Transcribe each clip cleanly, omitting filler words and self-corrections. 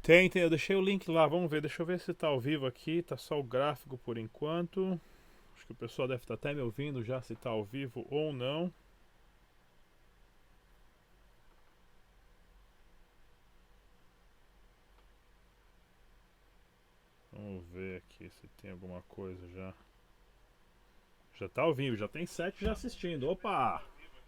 Tem, eu deixei o link lá, vamos ver, deixa eu ver se tá ao vivo aqui, tá só o gráfico por enquanto. Acho que o pessoal deve estar até me ouvindo já se tá ao vivo ou não. Vamos ver aqui se tem alguma coisa já. Já tá ao vivo, já tem 7 já assistindo. Opa!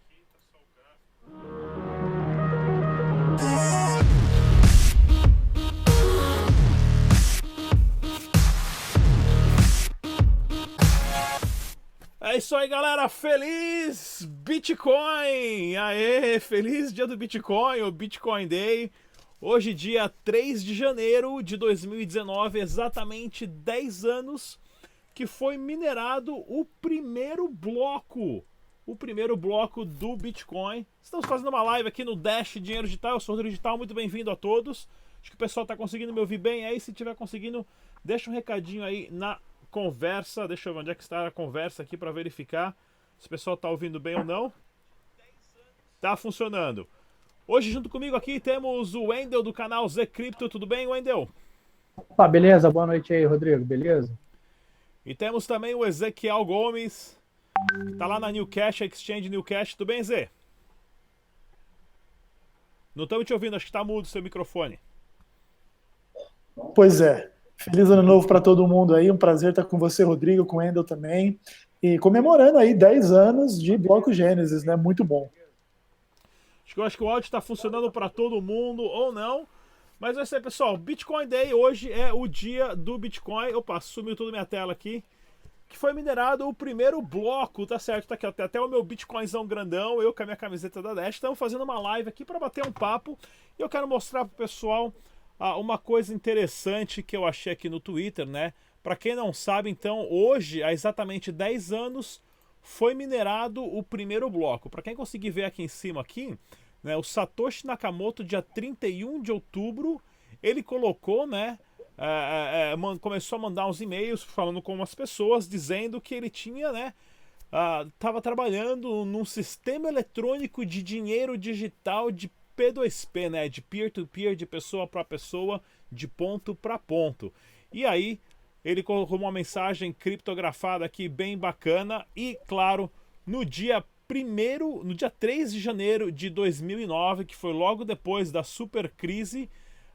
É isso aí, galera! Feliz Bitcoin! Aê! Feliz dia do Bitcoin, o Bitcoin Day. Hoje, dia 3 de janeiro de 2019, exatamente 10 anos que foi minerado o primeiro bloco. O primeiro bloco do Bitcoin. Estamos fazendo uma live aqui no Dash Dinheiro Digital. Eu sou o Rodrigo Digital, muito bem-vindo a todos. Acho que o pessoal está conseguindo me ouvir bem aí. Se estiver conseguindo, deixa um recadinho aí na conversa. Deixa eu ver onde é que está a conversa aqui para verificar se o pessoal está ouvindo bem ou não. Tá funcionando. Hoje junto comigo aqui temos o Wendel do canal Z Crypto. Tudo bem, Wendel? Opa, beleza? Boa noite aí, Rodrigo. Beleza? E temos também o Ezequiel Gomes, que tá lá na Newcash Exchange Newcash. Tudo bem, Zé? Não estamos te ouvindo, acho que tá mudo o seu microfone. Pois é. Feliz ano novo para todo mundo aí. Um prazer estar com você, Rodrigo, com o Endel também. E comemorando aí 10 anos de Bloco Gênesis, né? Muito bom. Acho que o áudio está funcionando para todo mundo ou não. Mas é isso aí, pessoal. Bitcoin Day hoje é o dia do Bitcoin. Opa, sumiu toda a minha tela aqui. Que foi minerado o primeiro bloco, tá certo? Tá aqui, ó, tem até o meu Bitcoinzão grandão, eu com a minha camiseta da Dash. Estamos fazendo uma live aqui para bater um papo. E eu quero mostrar pro pessoal uma coisa interessante que eu achei aqui no Twitter, né? Para quem não sabe, então, hoje, há exatamente 10 anos, foi minerado o primeiro bloco. Para quem conseguir ver aqui em cima, aqui, né, o Satoshi Nakamoto, dia 31 de outubro, ele colocou, né? Começou a mandar uns e-mails falando com umas pessoas, dizendo que ele tinha, né? Estava trabalhando num sistema eletrônico de dinheiro digital de P2P, né? De peer-to-peer, de pessoa para pessoa, de ponto para ponto. E aí ele colocou uma mensagem criptografada aqui bem bacana e, claro, no dia no dia 3 de janeiro de 2009, que foi logo depois da super crise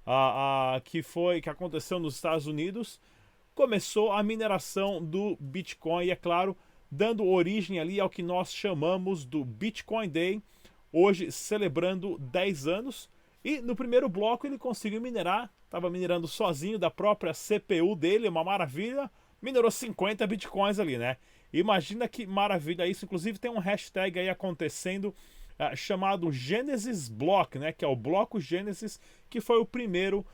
que aconteceu nos Estados Unidos, começou a mineração do Bitcoin e, é claro, dando origem ali ao que nós chamamos do Bitcoin Day, hoje celebrando 10 anos. E no primeiro bloco ele conseguiu minerar, estava minerando sozinho da própria CPU dele, uma maravilha, minerou 50 Bitcoins ali, né? Imagina que maravilha isso, inclusive tem um hashtag aí acontecendo chamado Genesis Block, né? Que é o bloco Genesis, que foi o primeiro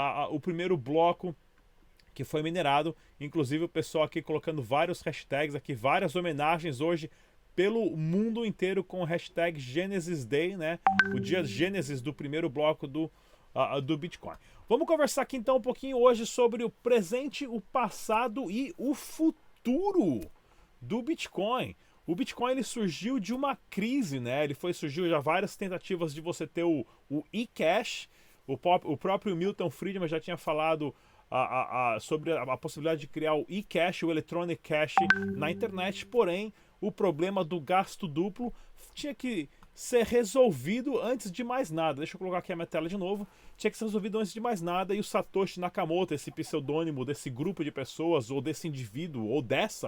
bloco que foi minerado. Inclusive o pessoal aqui colocando vários hashtags aqui, várias homenagens hoje pelo mundo inteiro com o hashtag Genesis Day, né? O dia Gênesis do primeiro bloco do Bitcoin. Vamos conversar aqui então um pouquinho hoje sobre o presente, o passado e o futuro do Bitcoin. O Bitcoin ele surgiu de uma crise, né? Surgiu já várias tentativas de você ter o eCash. O próprio Milton Friedman já tinha falado sobre a possibilidade de criar o eCash, o Electronic Cash na internet, porém o problema do gasto duplo tinha que ser resolvido antes de mais nada. Deixa eu colocar aqui a minha tela de novo. Tinha que ser resolvido antes de mais nada, e o Satoshi Nakamoto, esse pseudônimo desse grupo de pessoas, ou desse indivíduo, ou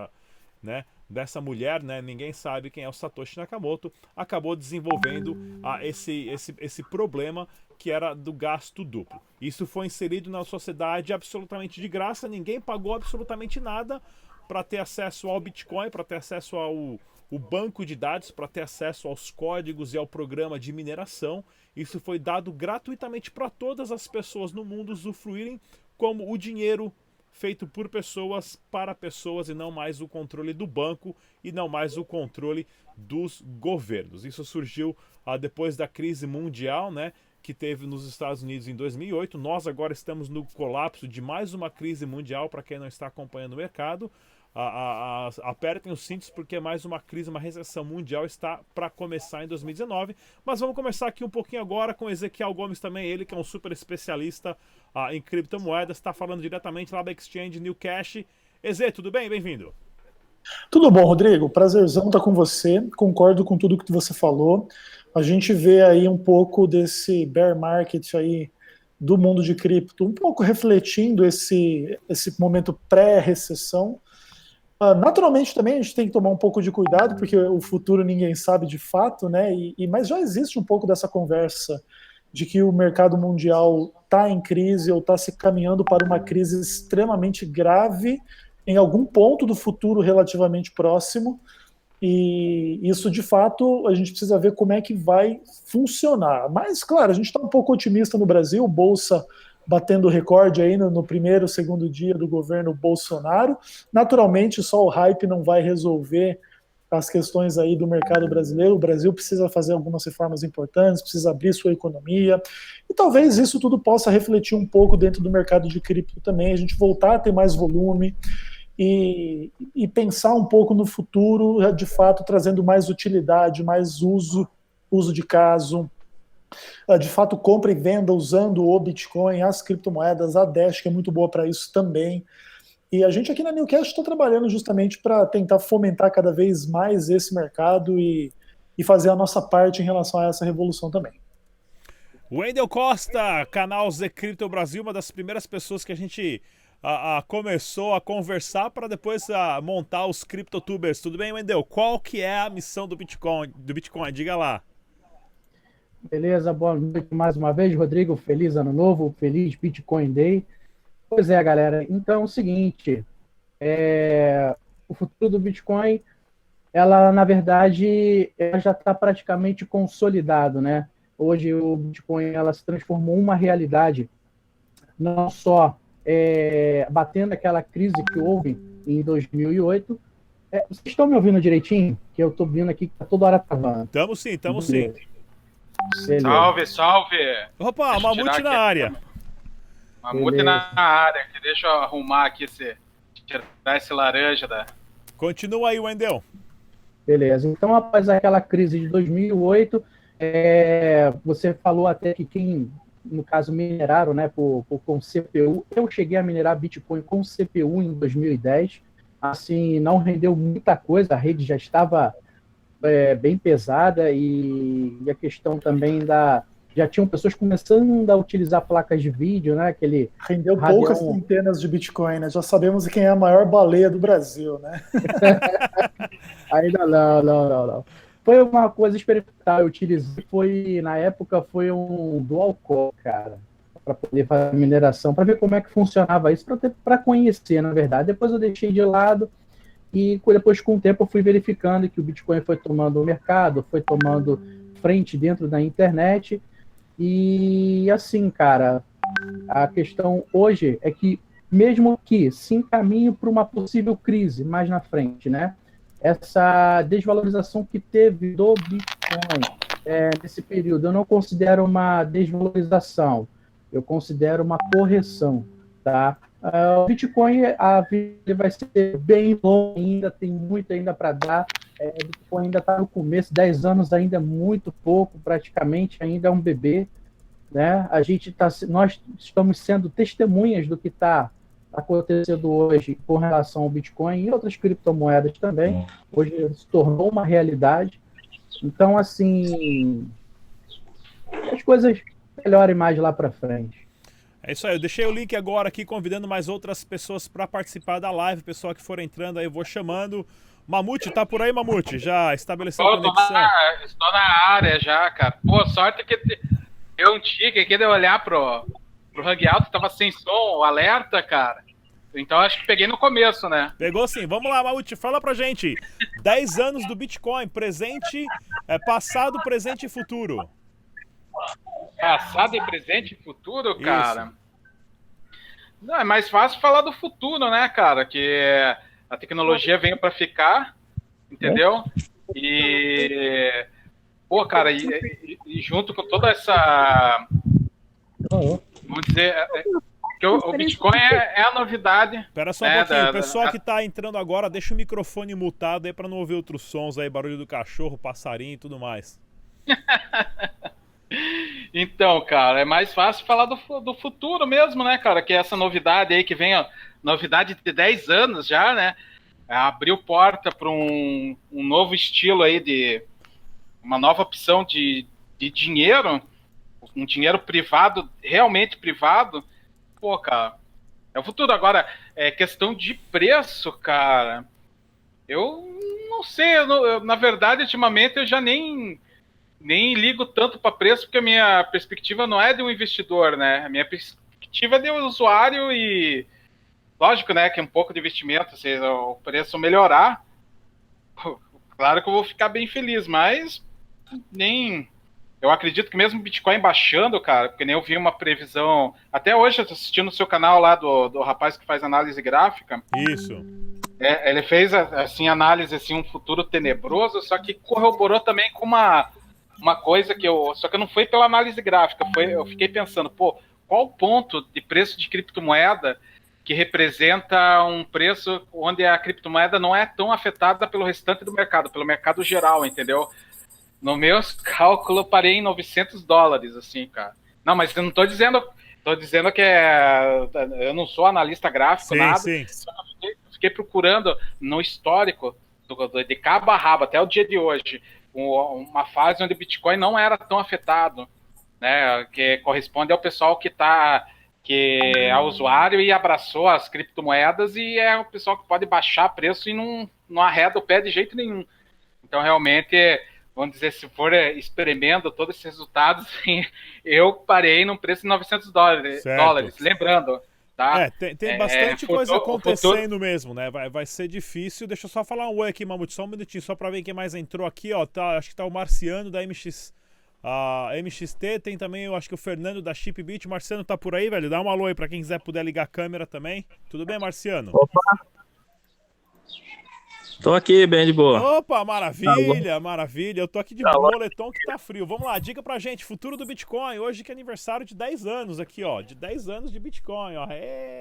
dessa mulher, né? Ninguém sabe quem é o Satoshi Nakamoto, acabou desenvolvendo esse problema que era do gasto duplo. Isso foi inserido na sociedade absolutamente de graça, ninguém pagou absolutamente nada para ter acesso ao Bitcoin, para ter acesso ao banco de dados, para ter acesso aos códigos e ao programa de mineração. Isso foi dado gratuitamente para todas as pessoas no mundo usufruírem como o dinheiro feito por pessoas para pessoas, e não mais o controle do banco e não mais o controle dos governos. Isso surgiu depois da crise mundial, né, que teve nos Estados Unidos em 2008. Nós agora estamos no colapso de mais uma crise mundial, para quem não está acompanhando o mercado. apertem os cintos porque mais uma crise, uma recessão mundial está para começar em 2019. Mas vamos começar aqui um pouquinho agora com Ezequiel Gomes também, ele que é um super especialista em criptomoedas, está falando diretamente lá da Exchange New Cash. Eze, tudo bem? Bem-vindo. Tudo bom, Rodrigo? Prazerzão estar com você. Concordo com tudo que você falou. A gente vê aí um pouco desse bear market aí do mundo de cripto, um pouco refletindo esse momento pré-recessão. Naturalmente também a gente tem que tomar um pouco de cuidado, porque o futuro ninguém sabe de fato, né? Mas já existe um pouco dessa conversa de que o mercado mundial está em crise ou está se caminhando para uma crise extremamente grave em algum ponto do futuro relativamente próximo, e isso de fato a gente precisa ver como é que vai funcionar. Mas claro, a gente está um pouco otimista no Brasil, Bolsa batendo recorde aí no primeiro, segundo dia do governo Bolsonaro. Naturalmente só o hype não vai resolver as questões aí do mercado brasileiro. O Brasil precisa fazer algumas reformas importantes, precisa abrir sua economia, e talvez isso tudo possa refletir um pouco dentro do mercado de cripto também, a gente voltar a ter mais volume e pensar um pouco no futuro, de fato, trazendo mais utilidade, mais uso de caso, de fato, compra e venda usando o Bitcoin, as criptomoedas, a Dash, que é muito boa para isso também. E a gente aqui na Newcast está trabalhando justamente para tentar fomentar cada vez mais esse mercado e fazer a nossa parte em relação a essa revolução também. Wendel Costa, canal Zé Crypto Brasil, uma das primeiras pessoas que a gente começou a conversar para depois montar os CryptoTubers. Tudo bem, Wendel? Qual que é a missão do Bitcoin? Diga lá. Beleza, boa noite mais uma vez, Rodrigo. Feliz ano novo, feliz Bitcoin Day. Pois é, galera. Então é o seguinte, o futuro do Bitcoin, ela na verdade ela já está praticamente consolidado, né? Hoje o Bitcoin ela se transformou em uma realidade, não só batendo aquela crise que houve em 2008. Vocês estão me ouvindo direitinho? Que eu estou vindo aqui que tá toda hora travando. Estamos sim. Beleza. Salve! Opa, Mamute na área. Mamute na área, que deixa eu arrumar aqui, tirar esse laranja da... Continua aí, Wendel. Beleza, então após aquela crise de 2008, você falou até que quem, no caso, mineraram, né, com CPU, eu cheguei a minerar Bitcoin com CPU em 2010, assim, não rendeu muita coisa, a rede já estava bem pesada e a questão também já tinham pessoas começando a utilizar placas de vídeo, né? Rendeu poucas centenas de Bitcoin, né? Já sabemos quem é a maior baleia do Brasil, né? Ainda não. Foi uma coisa experimental, eu utilizei, na época foi um dual core, cara, para poder fazer mineração, para ver como é que funcionava isso, para conhecer, na verdade. Depois eu deixei de lado. E depois, com o tempo, eu fui verificando que o Bitcoin foi tomando o mercado, foi tomando frente dentro da internet. E assim, cara, a questão hoje é que, mesmo que se encaminhe para uma possível crise mais na frente, né? Essa desvalorização que teve do Bitcoin nesse período, eu não considero uma desvalorização, eu considero uma correção, tá? O Bitcoin, a vida vai ser bem longa ainda, tem muito ainda para dar. O Bitcoin ainda está no começo, 10 anos ainda é muito pouco, praticamente ainda é um bebê, né? Nós estamos sendo testemunhas do que está acontecendo hoje com relação ao Bitcoin e outras criptomoedas também. Hoje se tornou uma realidade. Então, assim, as coisas melhorem mais lá para frente. É isso aí, eu deixei o link agora aqui, convidando mais outras pessoas para participar da live. Pessoal que for entrando aí, eu vou chamando. Mamute, tá por aí, Mamute? Já estabeleceu a conexão? Estou na área já, cara. Pô, sorte que deu um tique aqui de eu olhar pro Hangout, tava sem som, alerta, cara. Então acho que peguei no começo, né? Pegou sim. Vamos lá, Mamute, fala pra gente. 10 anos do Bitcoin, presente, passado, presente e futuro. Passado e presente e futuro, cara. Isso. Não, é mais fácil falar do futuro, né, cara? Que a tecnologia veio para ficar, entendeu? E, pô, cara, e junto com toda essa, vamos dizer, Porque o Bitcoin é a novidade. Espera só um pouquinho. O pessoal que tá entrando agora, deixa o microfone mutado aí pra não ouvir outros sons aí, barulho do cachorro, passarinho e tudo mais. Então, cara, é mais fácil falar do futuro mesmo, né, cara? Que é essa novidade aí que vem, ó, novidade de 10 anos já, né? Abriu porta para um novo estilo aí uma nova opção de dinheiro, um dinheiro privado, realmente privado. Pô, cara, é o futuro. Agora, questão de preço, cara, eu não sei, na verdade, ultimamente eu já nem ligo tanto para preço, porque a minha perspectiva não é de um investidor, né? A minha perspectiva é de um usuário e, lógico, né, que um pouco de investimento, se o preço melhorar, claro que eu vou ficar bem feliz, mas nem... Eu acredito que mesmo o Bitcoin baixando, cara, porque nem eu vi uma previsão... Até hoje eu tô assistindo o seu canal lá do rapaz que faz análise gráfica. Isso. Ele fez, assim, análise, assim, um futuro tenebroso, só que corroborou também com uma coisa que só que não foi pela análise gráfica, eu fiquei pensando, pô, qual o ponto de preço de criptomoeda que representa um preço onde a criptomoeda não é tão afetada pelo restante do mercado, pelo mercado geral, entendeu? No meu cálculo, eu parei em $900, assim, cara. Não, mas eu não tô dizendo que eu não sou analista gráfico, sim, nada. Sim. Fiquei procurando no histórico, de cabo a rabo, até o dia de hoje, uma fase onde o Bitcoin não era tão afetado, né? Que corresponde ao pessoal que é usuário e abraçou as criptomoedas e é o pessoal que pode baixar preço e não arreda o pé de jeito nenhum. Então, realmente, vamos dizer, se for experimento todos esses resultados, eu parei num preço de $900. Lembrando, tá? Tem bastante coisa acontecendo mesmo, né? Vai ser difícil. Deixa eu só falar um oi aqui, Mamute, só um minutinho, só pra ver quem mais entrou aqui, ó. Acho que tá o Marciano da MXT, tem também, eu acho que o Fernando da Chipbit. Marciano tá por aí, velho? Dá um alô aí pra quem quiser puder ligar a câmera também. Tudo bem, Marciano? Opa! Tô aqui, bem de boa. Opa, maravilha, maravilha. Eu tô aqui de moletom que tá frio. Vamos lá, dica pra gente, futuro do Bitcoin. Hoje que é aniversário de 10 anos aqui, ó. De 10 anos de Bitcoin, ó.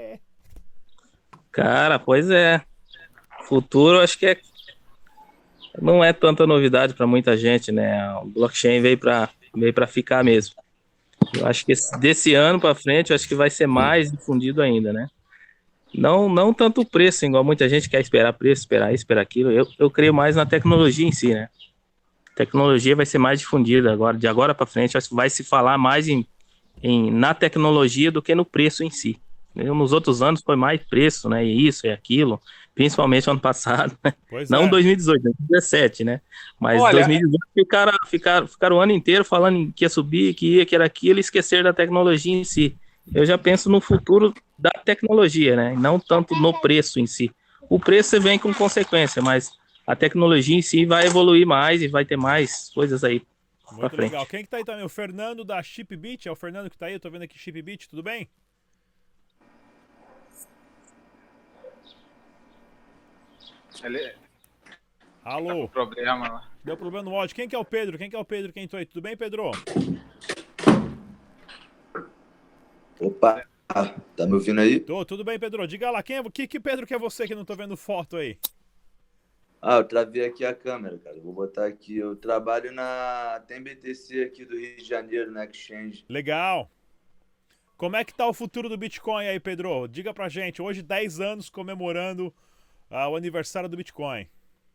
Cara, pois é. Futuro, acho que não é tanta novidade pra muita gente, né? O blockchain veio pra ficar mesmo. Eu acho que desse ano pra frente, eu acho que vai ser mais difundido ainda, né? Não tanto o preço, igual muita gente quer esperar preço, esperar isso, esperar aquilo. Eu creio mais na tecnologia em si, né? A tecnologia vai ser mais difundida agora, de agora para frente. Acho que vai se falar mais na tecnologia do que no preço em si. Nos outros anos foi mais preço, né? E isso e aquilo, principalmente ano passado, né? Não 2018, 2017, né? Mas 2018 ficaram o ano inteiro falando que ia subir, que era aquilo, e esquecer da tecnologia em si. Eu já penso no futuro da tecnologia, né? Não tanto no preço em si. O preço vem com consequência, mas a tecnologia em si vai evoluir mais e vai ter mais coisas aí pra frente. Legal. Quem que tá aí também? O Fernando da Chipbit. É o Fernando que tá aí? Eu tô vendo aqui Chipbit, tudo bem? Alô? Deu problema lá. Deu problema no áudio. Quem que é o Pedro? Quem entrou aí? Tudo bem, Pedro? Opa, tá me ouvindo aí? Tudo bem, Pedro. Diga lá, que Pedro que é você que não tô vendo foto aí? Eu travei aqui a câmera, cara. Vou botar aqui. Eu trabalho tem BTC aqui do Rio de Janeiro, na Exchange. Legal. Como é que tá o futuro do Bitcoin aí, Pedro? Diga pra gente. Hoje, 10 anos comemorando o aniversário do Bitcoin.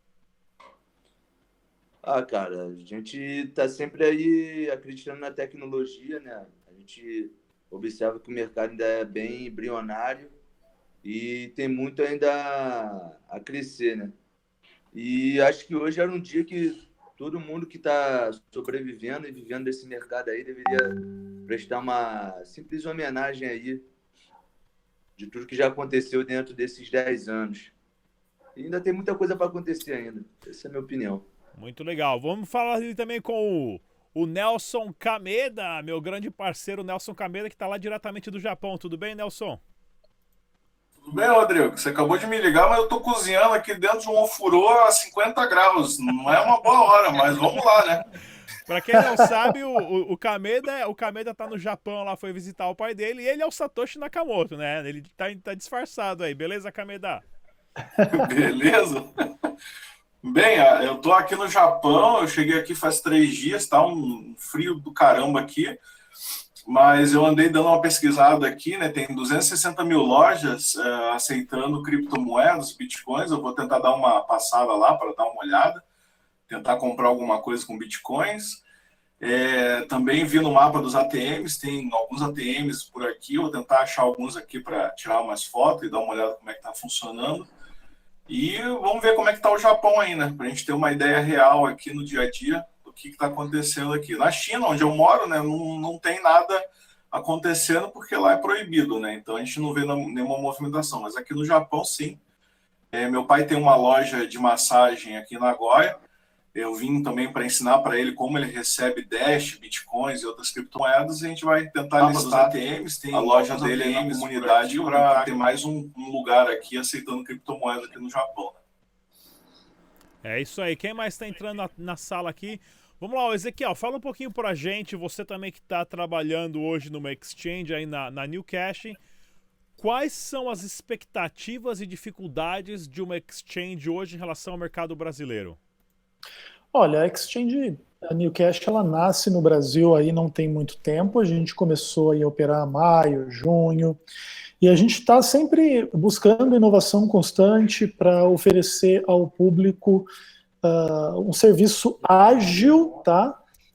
Cara, a gente tá sempre aí acreditando na tecnologia, né? A gente observa que o mercado ainda é bem embrionário e tem muito ainda a crescer, né? E acho que hoje era um dia que todo mundo que está sobrevivendo e vivendo desse mercado aí deveria prestar uma simples homenagem aí de tudo que já aconteceu dentro desses 10 anos. E ainda tem muita coisa para acontecer ainda. Essa é a minha opinião. Muito legal. Vamos falar ali também com o Nelson Kameda, meu grande parceiro Nelson Kameda, que está lá diretamente do Japão. Tudo bem, Nelson? Tudo bem, Rodrigo? Você acabou de me ligar, mas eu tô cozinhando aqui dentro de um ofurô a 50 graus. Não é uma boa hora, mas vamos lá, né? Pra quem não sabe, o Kameda tá no Japão lá, foi visitar o pai dele, e ele é o Satoshi Nakamoto, né? Ele tá disfarçado aí, beleza, Kameda? Beleza? Bem, eu tô aqui no Japão, eu cheguei aqui faz 3 dias, tá um frio do caramba aqui, mas eu andei dando uma pesquisada aqui, né? Tem 260 mil lojas aceitando criptomoedas, bitcoins. Eu vou tentar dar uma passada lá para dar uma olhada, tentar comprar alguma coisa com bitcoins. Também vi no mapa dos ATMs, tem alguns ATMs por aqui, eu vou tentar achar alguns aqui para tirar umas fotos e dar uma olhada como é que está funcionando. E vamos ver como é que está o Japão aí, né? Para a gente ter uma ideia real aqui no dia a dia do que está acontecendo aqui. Na China, onde eu moro, né, não tem nada acontecendo porque lá é proibido, né? Então a gente não vê nenhuma movimentação. Mas aqui no Japão, sim. Meu pai tem uma loja de massagem aqui em Nagoya. Eu vim também para ensinar para ele como ele recebe Dash, Bitcoins e outras criptomoedas. E a gente vai tentar listar ATMs, tem a loja dele aí na comunidade para ter mais um lugar aqui aceitando criptomoedas aqui no Japão. É isso aí. Quem mais está entrando na sala aqui? Vamos lá, Ezequiel, fala um pouquinho pra gente, você também que está trabalhando hoje numa exchange aí na New Cash. Quais são as expectativas e dificuldades de uma exchange hoje em relação ao mercado brasileiro? Olha, a exchange, a New Cash, ela nasce no Brasil aí não tem muito tempo. A gente começou aí a operar em maio, junho, e a gente está sempre buscando inovação constante para oferecer ao público um serviço ágil, tá?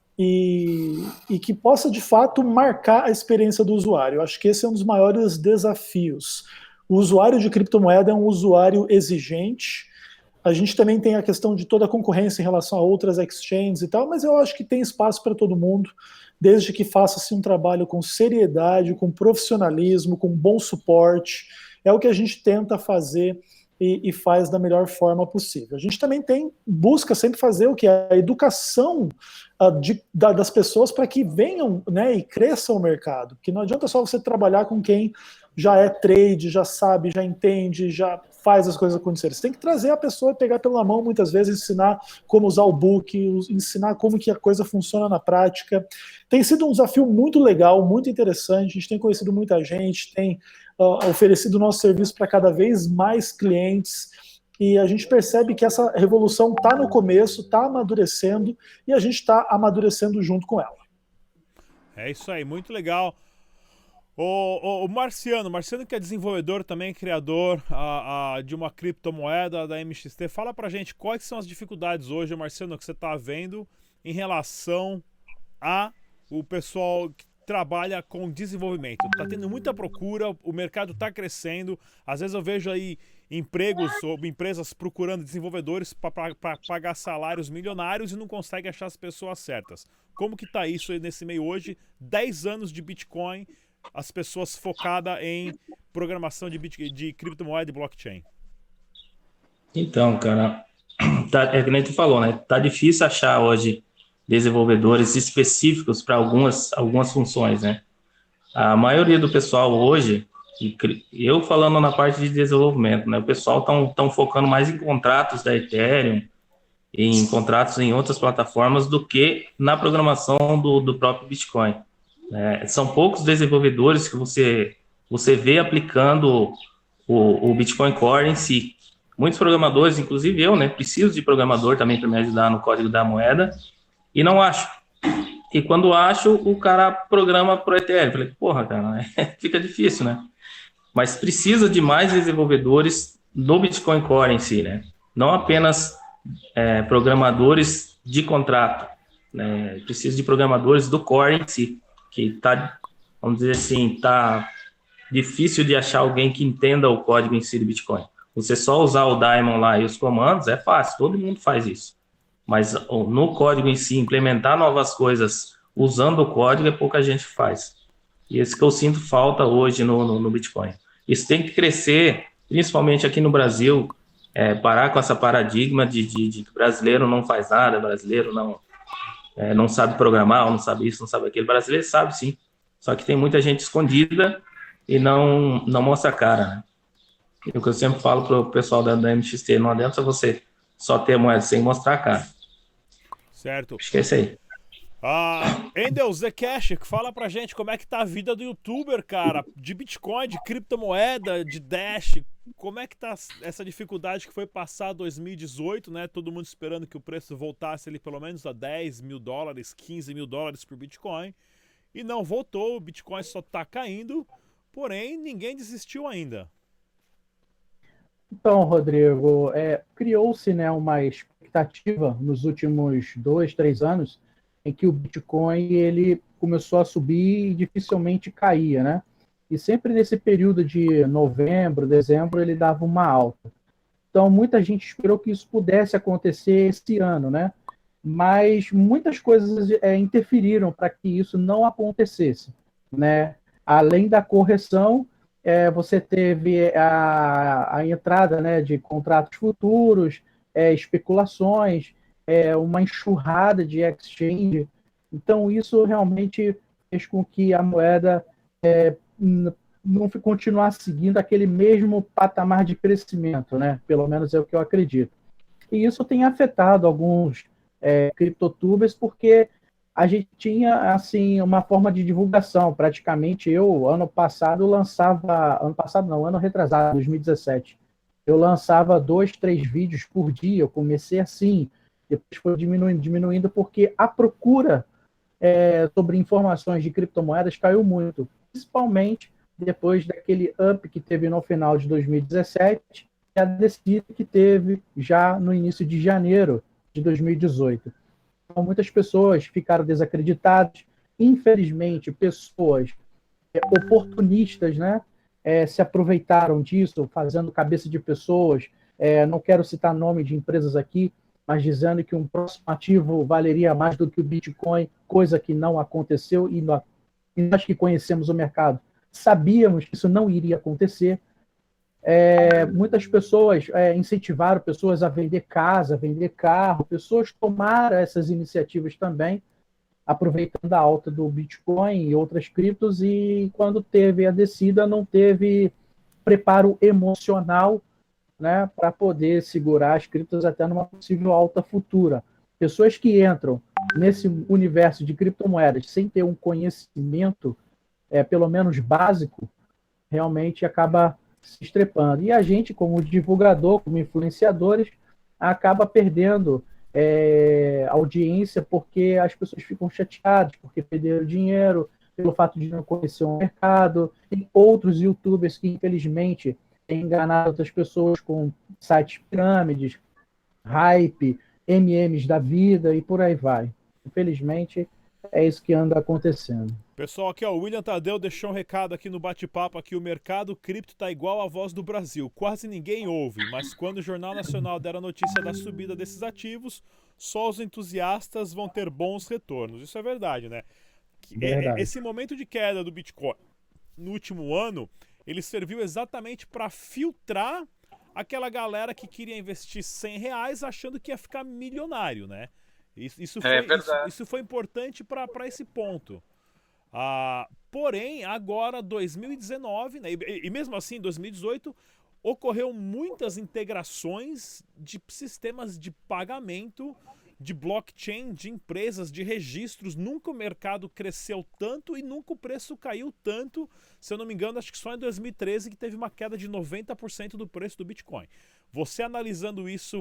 E que possa, de fato, marcar a experiência do usuário. Eu acho que esse é um dos maiores desafios. O usuário de criptomoeda é um usuário exigente. A gente também tem a questão de toda a concorrência em relação a outras exchanges e tal, mas eu acho que tem espaço para todo mundo, desde que faça-se um trabalho com seriedade, com profissionalismo, com bom suporte. É o que a gente tenta fazer e faz da melhor forma possível. A gente também busca sempre fazer o que é a educação das pessoas para que venham, né, e cresçam o mercado, porque não adianta só você trabalhar com quem já é trade, já sabe, já entende, já faz as coisas acontecerem. Você tem que trazer a pessoa e pegar pela mão, muitas vezes, ensinar como usar o book, ensinar como que a coisa funciona na prática. Tem sido um desafio muito legal, muito interessante, a gente tem conhecido muita gente, tem oferecido o nosso serviço para cada vez mais clientes, e a gente percebe que essa revolução está no começo, está amadurecendo, e a gente está amadurecendo junto com ela. É isso aí, muito legal. O Marciano que é desenvolvedor também, criador de uma criptomoeda da MXT, fala pra gente quais são as dificuldades hoje, Marciano, que você está vendo em relação a o pessoal que trabalha com desenvolvimento. Tá tendo muita procura, o mercado tá crescendo, às vezes eu vejo aí empregos ou empresas procurando desenvolvedores para pagar salários milionários e não consegue achar as pessoas certas. Como que tá isso aí nesse meio hoje? 10 anos de Bitcoin, as pessoas focadas em programação de criptomoeda e blockchain. Então, cara, é que nem tu falou, né? Tá difícil achar hoje desenvolvedores específicos para algumas funções, né? A maioria do pessoal hoje, eu falando na parte de desenvolvimento, né? O pessoal estão focando mais em contratos da Ethereum, em contratos em outras plataformas do que na programação do próprio Bitcoin. São poucos desenvolvedores que você vê aplicando o Bitcoin Core em si. Muitos programadores, inclusive eu, né? Preciso de programador também para me ajudar no código da moeda e não acho. E quando acho, o cara programa pro Ethereum. Falei, porra, cara, fica difícil, né? Mas precisa de mais desenvolvedores no Bitcoin Core em si, né? Não apenas programadores de contrato, né? Precisa de programadores do Core em si, que tá, vamos dizer assim, tá difícil de achar alguém que entenda o código em si do Bitcoin. Você só usar o Daemon lá e os comandos é fácil, todo mundo faz isso. Mas no código em si, implementar novas coisas usando o código, pouca gente faz. E esse que eu sinto falta hoje no Bitcoin. Isso tem que crescer, principalmente aqui no Brasil, parar com essa paradigma de que brasileiro não faz nada, brasileiro não sabe programar, não sabe isso, não sabe aquilo. Brasileiro sabe sim, só que tem muita gente escondida e não mostra a cara, né? E o que eu sempre falo para o pessoal da MXT, não adianta você só ter moeda sem mostrar a cara. Certo. Acho que é isso aí. Endel Zcash, fala pra gente como é que tá a vida do youtuber, cara, de Bitcoin, de criptomoeda, de Dash. Como é que tá essa dificuldade que foi passar 2018, né? Todo mundo esperando que o preço voltasse ali pelo menos a 10 mil dólares, 15 mil dólares por Bitcoin. E não voltou, o Bitcoin só tá caindo, porém ninguém desistiu ainda. Então, Rodrigo, criou-se, né, uma expectativa nos últimos 2, 3 anos em que o Bitcoin ele começou a subir e dificilmente caía, né? E sempre nesse período de novembro, dezembro, ele dava uma alta. Então, muita gente esperou que isso pudesse acontecer esse ano, né? Mas muitas coisas interferiram para que isso não acontecesse, né? Além da correção, você teve a entrada, né, de contratos futuros, especulações, uma enxurrada de exchange. Então, isso realmente fez com que a moeda não continuasse seguindo aquele mesmo patamar de crescimento, né? Pelo menos é o que eu acredito. E isso tem afetado alguns criptotubers, porque a gente tinha assim uma forma de divulgação. Praticamente ano retrasado, 2017, eu lançava 2, 3 vídeos por dia. Eu comecei assim, depois foi diminuindo porque a procura sobre informações de criptomoedas caiu muito, principalmente depois daquele up que teve no final de 2017 e a descida que teve já no início de janeiro de 2018. Então, muitas pessoas ficaram desacreditadas. Infelizmente, pessoas oportunistas, né, se aproveitaram disso, fazendo cabeça de pessoas. Não quero citar nome de empresas aqui, mas dizendo que um próximo ativo valeria mais do que o Bitcoin, coisa que não aconteceu, e nós que conhecemos o mercado sabíamos que isso não iria acontecer. Muitas pessoas incentivaram pessoas a vender casa, vender carro, pessoas tomaram essas iniciativas também, aproveitando a alta do Bitcoin e outras criptos, e quando teve a descida não teve preparo emocional, né, para poder segurar as criptos até numa possível alta futura. Pessoas que entram nesse universo de criptomoedas sem ter um conhecimento, pelo menos básico, realmente acaba se estrepando. E a gente, como divulgador, como influenciadores, acaba perdendo audiência, porque as pessoas ficam chateadas, porque perderam dinheiro, pelo fato de não conhecer o mercado. Tem outros youtubers que, infelizmente, têm enganado outras pessoas com sites pirâmides, hype, MMs da vida e por aí vai. Infelizmente, é isso que anda acontecendo. Pessoal, aqui ó, o William Tadeu deixou um recado aqui no bate-papo aqui: o mercado cripto tá igual a Voz do Brasil, quase ninguém ouve, mas quando o Jornal Nacional der a notícia da subida desses ativos, só os entusiastas vão ter bons retornos. Isso é verdade, né? Verdade. Esse momento de queda do Bitcoin no último ano, ele serviu exatamente para filtrar aquela galera que queria investir R$100 achando que ia ficar milionário, né? Isso foi importante para esse ponto. Porém, agora 2019, né, e mesmo assim 2018, ocorreu muitas integrações de sistemas de pagamento, de blockchain, de empresas, de registros. Nunca o mercado cresceu tanto e nunca o preço caiu tanto. Se eu não me engano, acho que só em 2013 que teve uma queda de 90% do preço do Bitcoin. Você analisando isso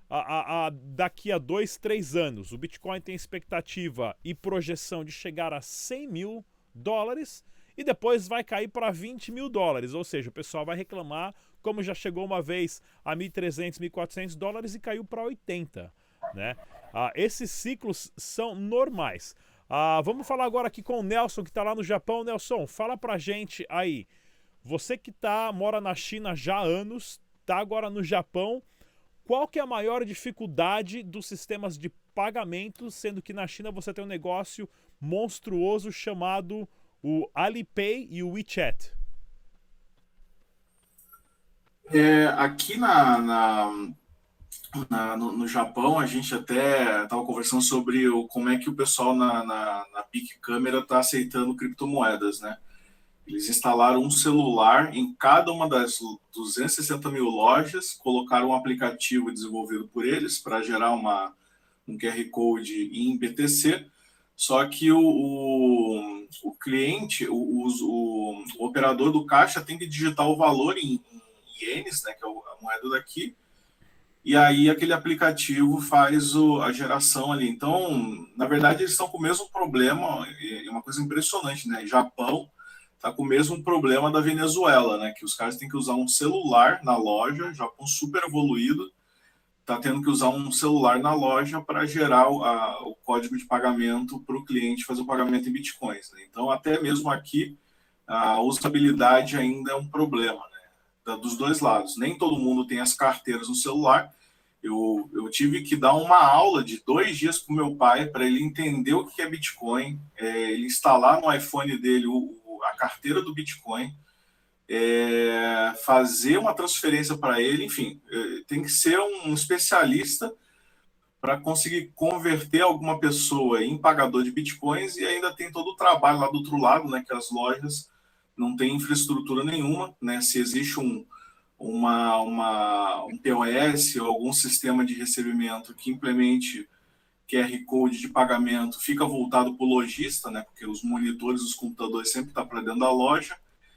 daqui a 2, 3 anos, o Bitcoin tem expectativa e projeção de chegar a 100 mil dólares e depois vai cair para 20 mil dólares, ou seja, o pessoal vai reclamar, como já chegou uma vez a 1.300, 1.400 dólares e caiu para 80, né? Esses ciclos são normais. Vamos falar agora aqui com o Nelson, que está lá no Japão. Nelson, fala pra gente aí, você que mora na China já há anos, tá agora no Japão, qual que é a maior dificuldade dos sistemas de pagamento, sendo que na China você tem um negócio monstruoso chamado o Alipay e o WeChat? Aqui no Japão, a gente até estava conversando sobre como é que o pessoal na Bic Câmera está aceitando criptomoedas, né? Eles instalaram um celular em cada uma das 260 mil lojas, colocaram um aplicativo desenvolvido por eles para gerar um QR Code em BTC. Só que o cliente, o operador do caixa tem que digitar o valor em ienes, né, que é a moeda daqui, e aí aquele aplicativo faz a geração ali. Então, na verdade, eles estão com o mesmo problema, é uma coisa impressionante, né? Japão está com o mesmo problema da Venezuela, né? Que os caras têm que usar um celular na loja, Japão super evoluído, está tendo que usar um celular na loja para gerar o código de pagamento para o cliente fazer o pagamento em bitcoins, né? Então, até mesmo aqui, a usabilidade ainda é um problema, né? Dos dois lados. Nem todo mundo tem as carteiras no celular. Eu tive que dar uma aula de 2 dias para o meu pai para ele entender o que é Bitcoin, ele instalar no iPhone dele a carteira do Bitcoin, fazer uma transferência para ele, enfim, tem que ser um especialista para conseguir converter alguma pessoa em pagador de Bitcoins, e ainda tem todo o trabalho lá do outro lado, né, que as lojas não têm infraestrutura nenhuma, né? Se existe um POS ou algum sistema de recebimento que implemente QR Code de pagamento, fica voltado para o lojista, né? Porque os monitores, os computadores sempre estão para dentro da loja.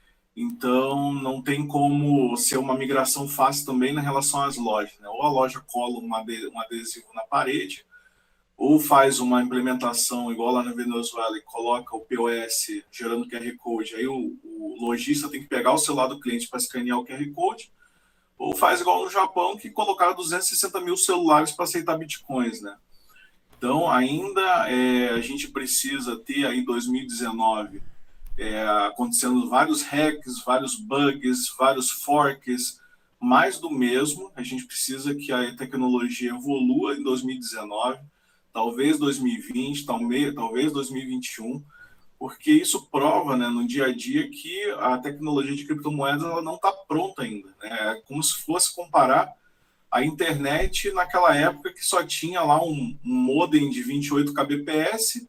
Então, não tem como ser uma migração fácil também na relação às lojas, né? Ou a loja cola um adesivo na parede, ou faz uma implementação igual lá na Venezuela e coloca o POS gerando QR Code. Aí o lojista tem que pegar o celular do cliente para escanear o QR Code, ou faz igual no Japão, que colocaram 260 mil celulares para aceitar bitcoins, né? Então, ainda a gente precisa ter aí 2019 acontecendo vários hacks, vários bugs, vários forks, mais do mesmo. A gente precisa que a tecnologia evolua em 2019, talvez 2020, talvez 2021, porque isso prova, né, no dia a dia que a tecnologia de criptomoedas ela não está pronta ainda, né? É como se fosse comparar a internet naquela época que só tinha lá um modem de 28 kbps,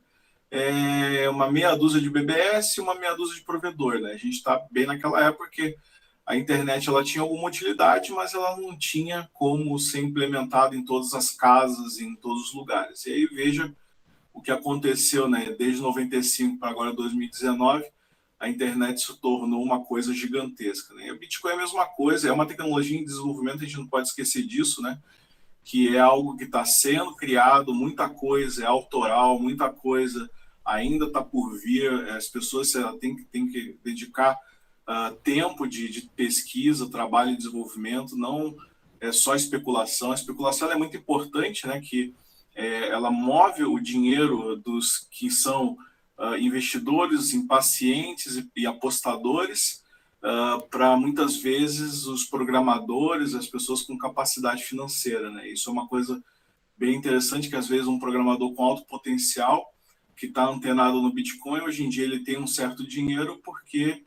uma meia dúzia de BBS e uma meia dúzia de provedor, né? A gente está bem naquela época que a internet ela tinha alguma utilidade, mas ela não tinha como ser implementada em todas as casas, em todos os lugares. E aí veja o que aconteceu, né? Desde 95 para agora 2019, a internet se tornou uma coisa gigantesca, né? E o Bitcoin é a mesma coisa, é uma tecnologia em desenvolvimento, a gente não pode esquecer disso, né? Que é algo que está sendo criado, muita coisa é autoral, muita coisa ainda está por vir, as pessoas têm que dedicar tempo de pesquisa, trabalho e desenvolvimento, não é só especulação. A especulação é muito importante, né, que ela move o dinheiro dos que são investidores impacientes e apostadores para, muitas vezes, os programadores, as pessoas com capacidade financeira, né? Isso é uma coisa bem interessante, que às vezes um programador com alto potencial, que está antenado no Bitcoin, hoje em dia ele tem um certo dinheiro porque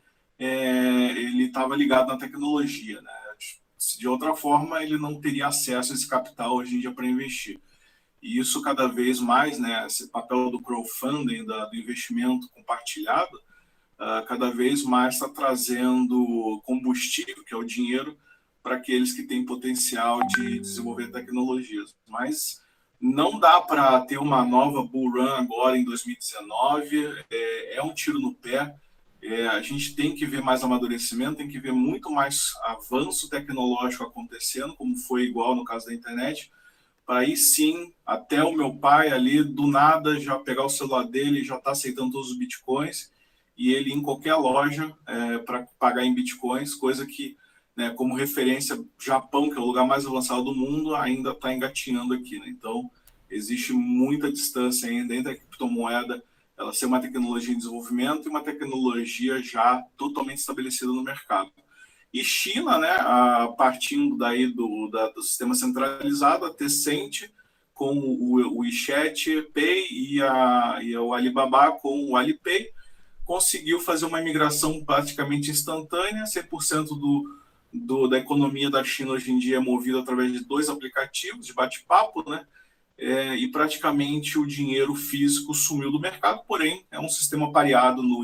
ele estava ligado na tecnologia, né? De outra forma, ele não teria acesso a esse capital hoje em dia para investir. E isso cada vez mais, né, esse papel do crowdfunding, do investimento compartilhado, cada vez mais está trazendo combustível, que é o dinheiro, para aqueles que têm potencial de desenvolver tecnologias. Mas não dá para ter uma nova bull run agora em 2019, é um tiro no pé. A gente tem que ver mais amadurecimento, tem que ver muito mais avanço tecnológico acontecendo, como foi igual no caso da internet, para aí sim, até o meu pai ali, do nada, já pegar o celular dele e já está aceitando todos os bitcoins, e ele ir em qualquer loja para pagar em bitcoins, coisa que, né, como referência, Japão, que é o lugar mais avançado do mundo, ainda está engatinhando aqui, né? Então, existe muita distância ainda entre a criptomoeda, ela ser uma tecnologia em desenvolvimento e uma tecnologia já totalmente estabelecida no mercado. E China, né, partindo daí do sistema centralizado, a Tencent com o WeChat Pay e o Alibaba com o Alipay, conseguiu fazer uma migração praticamente instantânea. 100% da economia da China hoje em dia é movida através de 2 aplicativos de bate-papo, né? E praticamente o dinheiro físico sumiu do mercado, porém é um sistema pareado no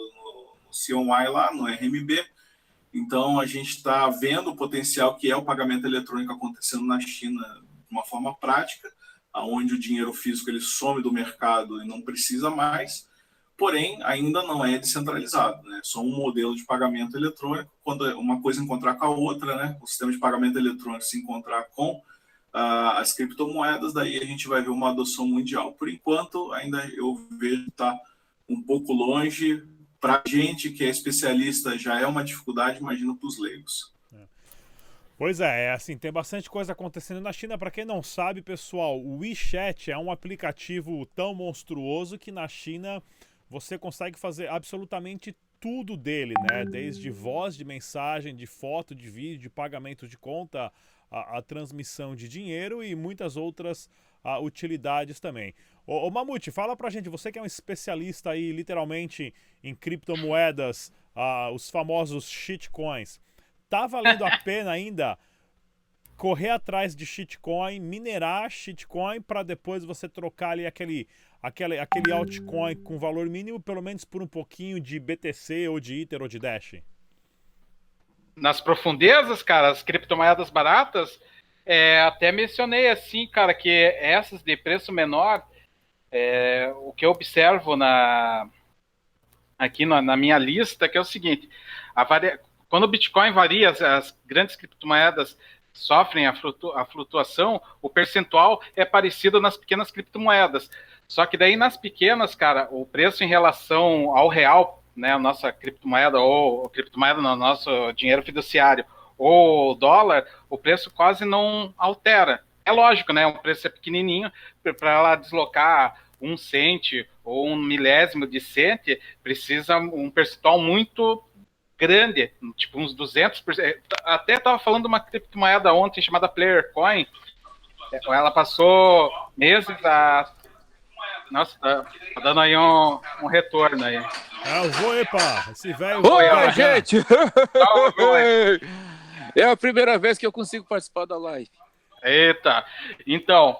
CNY lá, no RMB. Então a gente está vendo o potencial que é o pagamento eletrônico acontecendo na China de uma forma prática, onde o dinheiro físico ele some do mercado e não precisa mais, porém ainda não é descentralizado, né? Só um modelo de pagamento eletrônico, quando uma coisa encontrar com a outra, né? O sistema de pagamento eletrônico se encontrar com as criptomoedas, daí a gente vai ver uma adoção mundial. Por enquanto, ainda eu vejo que está um pouco longe. Para a gente que é especialista já é uma dificuldade, imagino para os leigos. Pois é, assim, tem bastante coisa acontecendo na China. Para quem não sabe, pessoal, o WeChat é um aplicativo tão monstruoso que na China você consegue fazer absolutamente tudo dele, né? Desde voz de mensagem, de foto, de vídeo, de pagamento de conta, a transmissão de dinheiro e muitas outras utilidades também. Ô Mamute, fala pra gente, você que é um especialista aí, literalmente, em criptomoedas, os famosos shitcoins. Tá valendo a pena ainda correr atrás de shitcoin, minerar shitcoin para depois você trocar ali aquele altcoin com valor mínimo, pelo menos por um pouquinho de BTC ou de Ether ou de Dash? Nas profundezas, cara, as criptomoedas baratas, até mencionei assim, cara, que essas de preço menor, o que eu observo aqui na minha lista, que é o seguinte, quando o Bitcoin varia, as grandes criptomoedas sofrem a flutuação, o percentual é parecido nas pequenas criptomoedas. Só que daí nas pequenas, cara, o preço em relação ao real, né, a nossa criptomoeda ou criptomoeda no nosso dinheiro fiduciário ou dólar, o preço quase não altera. É lógico, né, o preço é pequenininho, para ela deslocar 1 cento ou 1 milésimo de cento, precisa um percentual muito grande, tipo uns 200%. Até estava falando de uma criptomoeda ontem chamada Playercoin. Ela passou meses Nossa, tá dando aí um retorno aí. O Voepa, esse velho. Oi, gente! É a primeira vez que eu consigo participar da live. Eita! Então,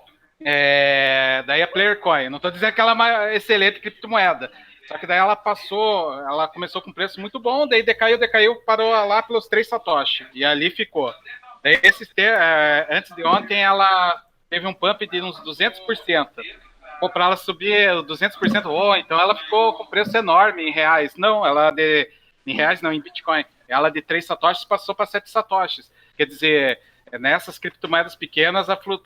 daí a Playercoin. Não estou dizendo que ela é uma excelente criptomoeda. Só que daí ela começou com preço muito bom, daí decaiu, parou lá pelos 3 satoshi. E ali ficou. Daí antes de ontem ela teve um pump de uns 200%. Para ela subir 200%, então ela ficou com preço enorme em reais. Não, em reais não, em Bitcoin. Ela de 3 satoshis passou para 7 satoshis. Quer dizer, nessas criptomoedas pequenas,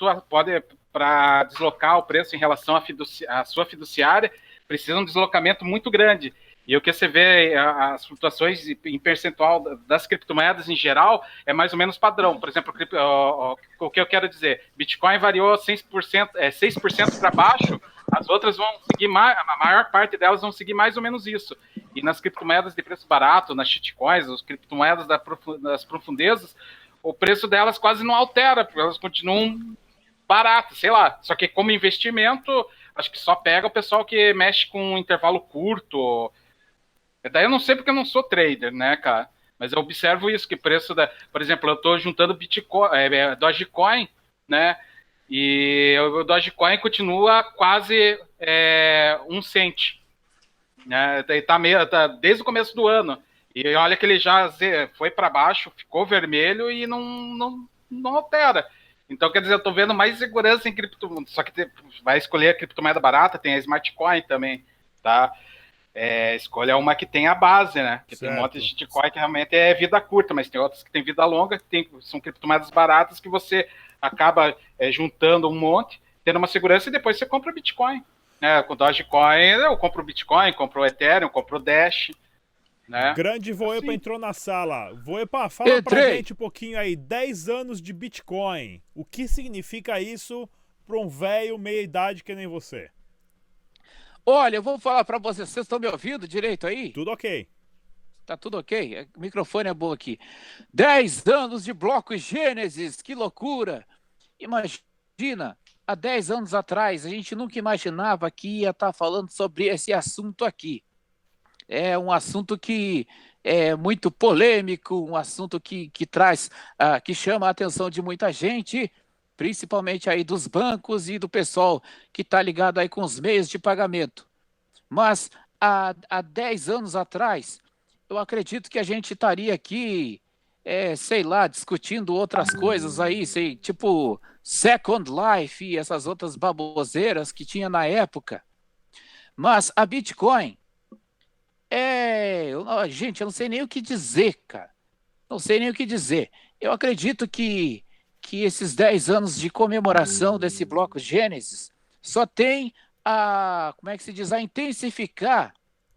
para deslocar o preço em relação à sua fiduciária, precisa um deslocamento muito grande. E o que você vê, as flutuações em percentual das criptomoedas em geral, é mais ou menos padrão. Por exemplo, o que eu quero dizer, Bitcoin variou 6% para baixo, as outras vão seguir mais, a maior parte delas vão seguir mais ou menos isso. E nas criptomoedas de preço barato, nas shitcoins, as criptomoedas das profundezas, o preço delas quase não altera, porque elas continuam baratas, sei lá. Só que como investimento, acho que só pega o pessoal que mexe com um intervalo curto. Daí eu não sei porque eu não sou trader, né, cara? Mas eu observo isso, que o preço por exemplo, eu estou juntando Bitcoin, Dogecoin, né? E o Dogecoin continua quase 1 cent. Né? Tá desde o começo do ano. E olha que ele já foi para baixo, ficou vermelho e não altera. Então, quer dizer, eu estou vendo mais segurança em criptomoeda. Só que vai escolher a criptomoeda barata, tem a Smartcoin também, tá? Escolha uma que tem a base, né? Que certo. Tem um monte de shitcoin que realmente é vida curta, mas tem outras que tem vida longa, são criptomoedas baratas que você acaba juntando um monte, tendo uma segurança e depois você compra Bitcoin. Né? Com Dogecoin, eu compro Bitcoin, compro Ethereum, compro Dash. Né? Grande Voepa entrou na sala. Voepa, fala pra gente um pouquinho aí, 10 anos de Bitcoin. O que significa isso para um velho meia-idade que nem você? Olha, eu vou falar para vocês estão me ouvindo direito aí? Tudo ok. Tá tudo ok? O microfone é bom aqui. 10 anos de bloco Gênesis, que loucura! Imagina, há 10 anos atrás, a gente nunca imaginava que ia estar falando sobre esse assunto aqui. É um assunto que é muito polêmico, um assunto que traz, que chama a atenção de muita gente, principalmente aí dos bancos e do pessoal que está ligado aí com os meios de pagamento. Mas há 10 anos atrás, eu acredito que a gente estaria aqui sei lá, discutindo outras coisas aí, tipo Second Life e essas outras baboseiras que tinha na época. Mas a Bitcoin gente, eu não sei nem o que dizer, cara. Não sei nem o que dizer. Eu acredito que esses 10 anos de comemoração desse bloco Gênesis só tem como é que se diz, a intensificar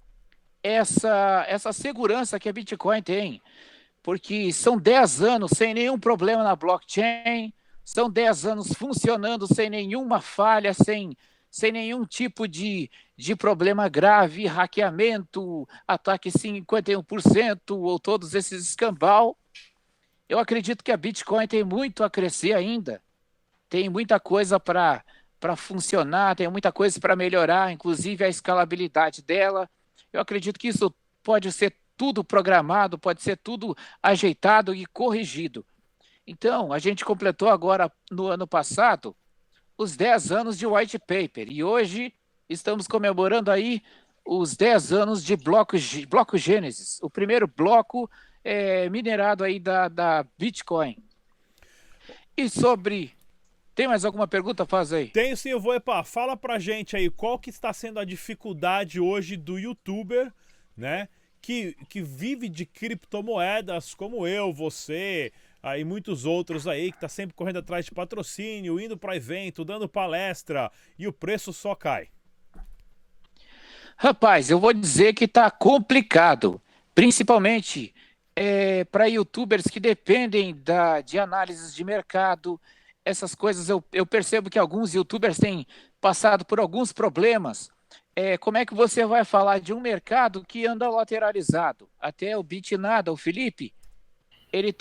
essa segurança que a Bitcoin tem. Porque são 10 anos sem nenhum problema na blockchain, são 10 anos funcionando sem nenhuma falha, sem nenhum tipo de problema grave, hackeamento, ataque 51%, ou todos esses escambau. Eu acredito que a Bitcoin tem muito a crescer ainda, tem muita coisa para funcionar, tem muita coisa para melhorar, inclusive a escalabilidade dela. Eu acredito que isso pode ser tudo programado, pode ser tudo ajeitado e corrigido. Então, a gente completou agora, no ano passado, os 10 anos de White Paper, e hoje estamos comemorando aí os 10 anos de bloco Gênesis, o primeiro bloco minerado aí da Bitcoin. E sobre... Tem mais alguma pergunta? Faz aí. Tenho sim, eu vou, fala pra gente aí, qual que está sendo a dificuldade hoje do youtuber, né, que vive de criptomoedas, como eu, você, aí muitos outros aí, que tá sempre correndo atrás de patrocínio, indo para evento, dando palestra, e o preço só cai. Rapaz, eu vou dizer que tá complicado, principalmente para youtubers que dependem de análises de mercado, essas coisas. Eu percebo que alguns youtubers têm passado por alguns problemas. Como é que você vai falar de um mercado que anda lateralizado? Até o Bitnada, o Felipe, ele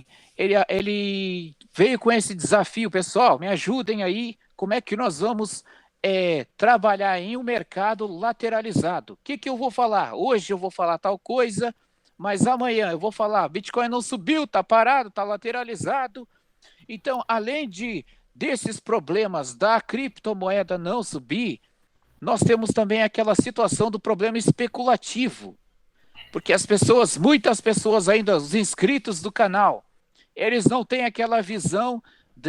veio com esse desafio. Pessoal, me ajudem aí, como é que nós vamos trabalhar em um mercado lateralizado? O que eu vou falar? Hoje eu vou falar tal coisa, mas amanhã eu vou falar, Bitcoin não subiu, está parado, está lateralizado. Então, além desses problemas da criptomoeda não subir, nós temos também aquela situação do problema especulativo, porque muitas pessoas ainda, os inscritos do canal, eles não têm aquela visão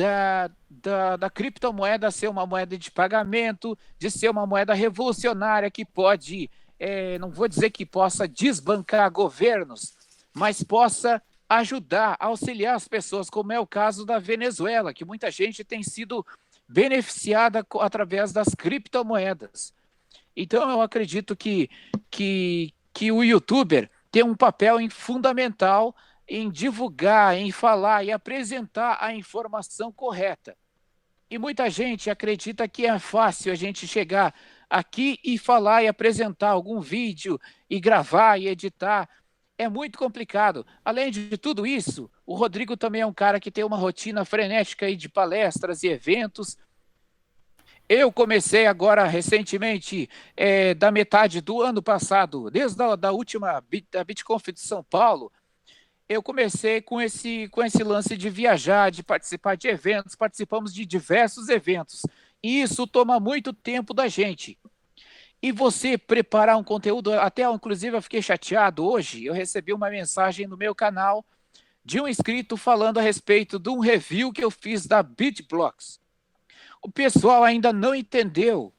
da criptomoeda ser uma moeda de pagamento, de ser uma moeda revolucionária que pode, não vou dizer que possa desbancar governos, mas possa ajudar, auxiliar as pessoas, como é o caso da Venezuela, que muita gente tem sido beneficiada através das criptomoedas. Então, eu acredito que o youtuber tem um papel fundamental em divulgar, em falar e apresentar a informação correta. E muita gente acredita que é fácil a gente chegar aqui e falar e apresentar algum vídeo e gravar e editar. É muito complicado. Além de tudo isso, o Rodrigo também é um cara que tem uma rotina frenética aí de palestras e eventos. Eu comecei agora recentemente, da metade do ano passado, desde da última da BitConf de São Paulo, eu comecei com esse lance de viajar, de participar de eventos, participamos de diversos eventos. E isso toma muito tempo da gente. E você preparar um conteúdo, até inclusive eu fiquei chateado hoje, eu recebi uma mensagem no meu canal de um inscrito falando a respeito de um review que eu fiz da BitBlocks. O pessoal ainda não entendeu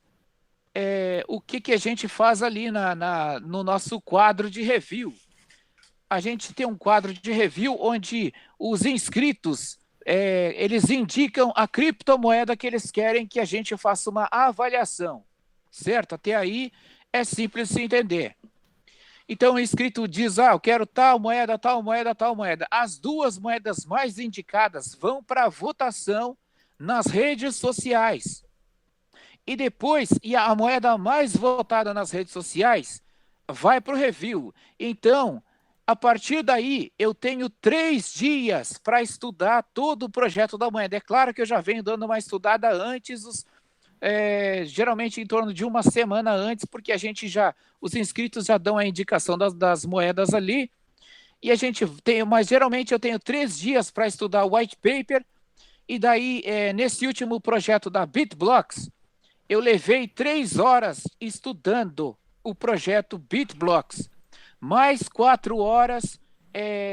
o que a gente faz ali no nosso quadro de review. A gente tem um quadro de review onde os inscritos, eles indicam a criptomoeda que eles querem que a gente faça uma avaliação. Certo? Até aí é simples de se entender. Então o inscrito diz, eu quero tal moeda, tal moeda, tal moeda. As duas moedas mais indicadas vão para a votação nas redes sociais. E depois, a moeda mais votada nas redes sociais vai para o review. Então, a partir daí, eu tenho 3 dias para estudar todo o projeto da moeda. É claro que eu já venho dando uma estudada antes, geralmente em torno de uma semana antes, porque os inscritos já dão a indicação das moedas ali, e mas geralmente eu tenho 3 dias para estudar o white paper, e daí, nesse último projeto da BitBlocks, eu levei 3 horas estudando o projeto BitBlocks, mais 4 horas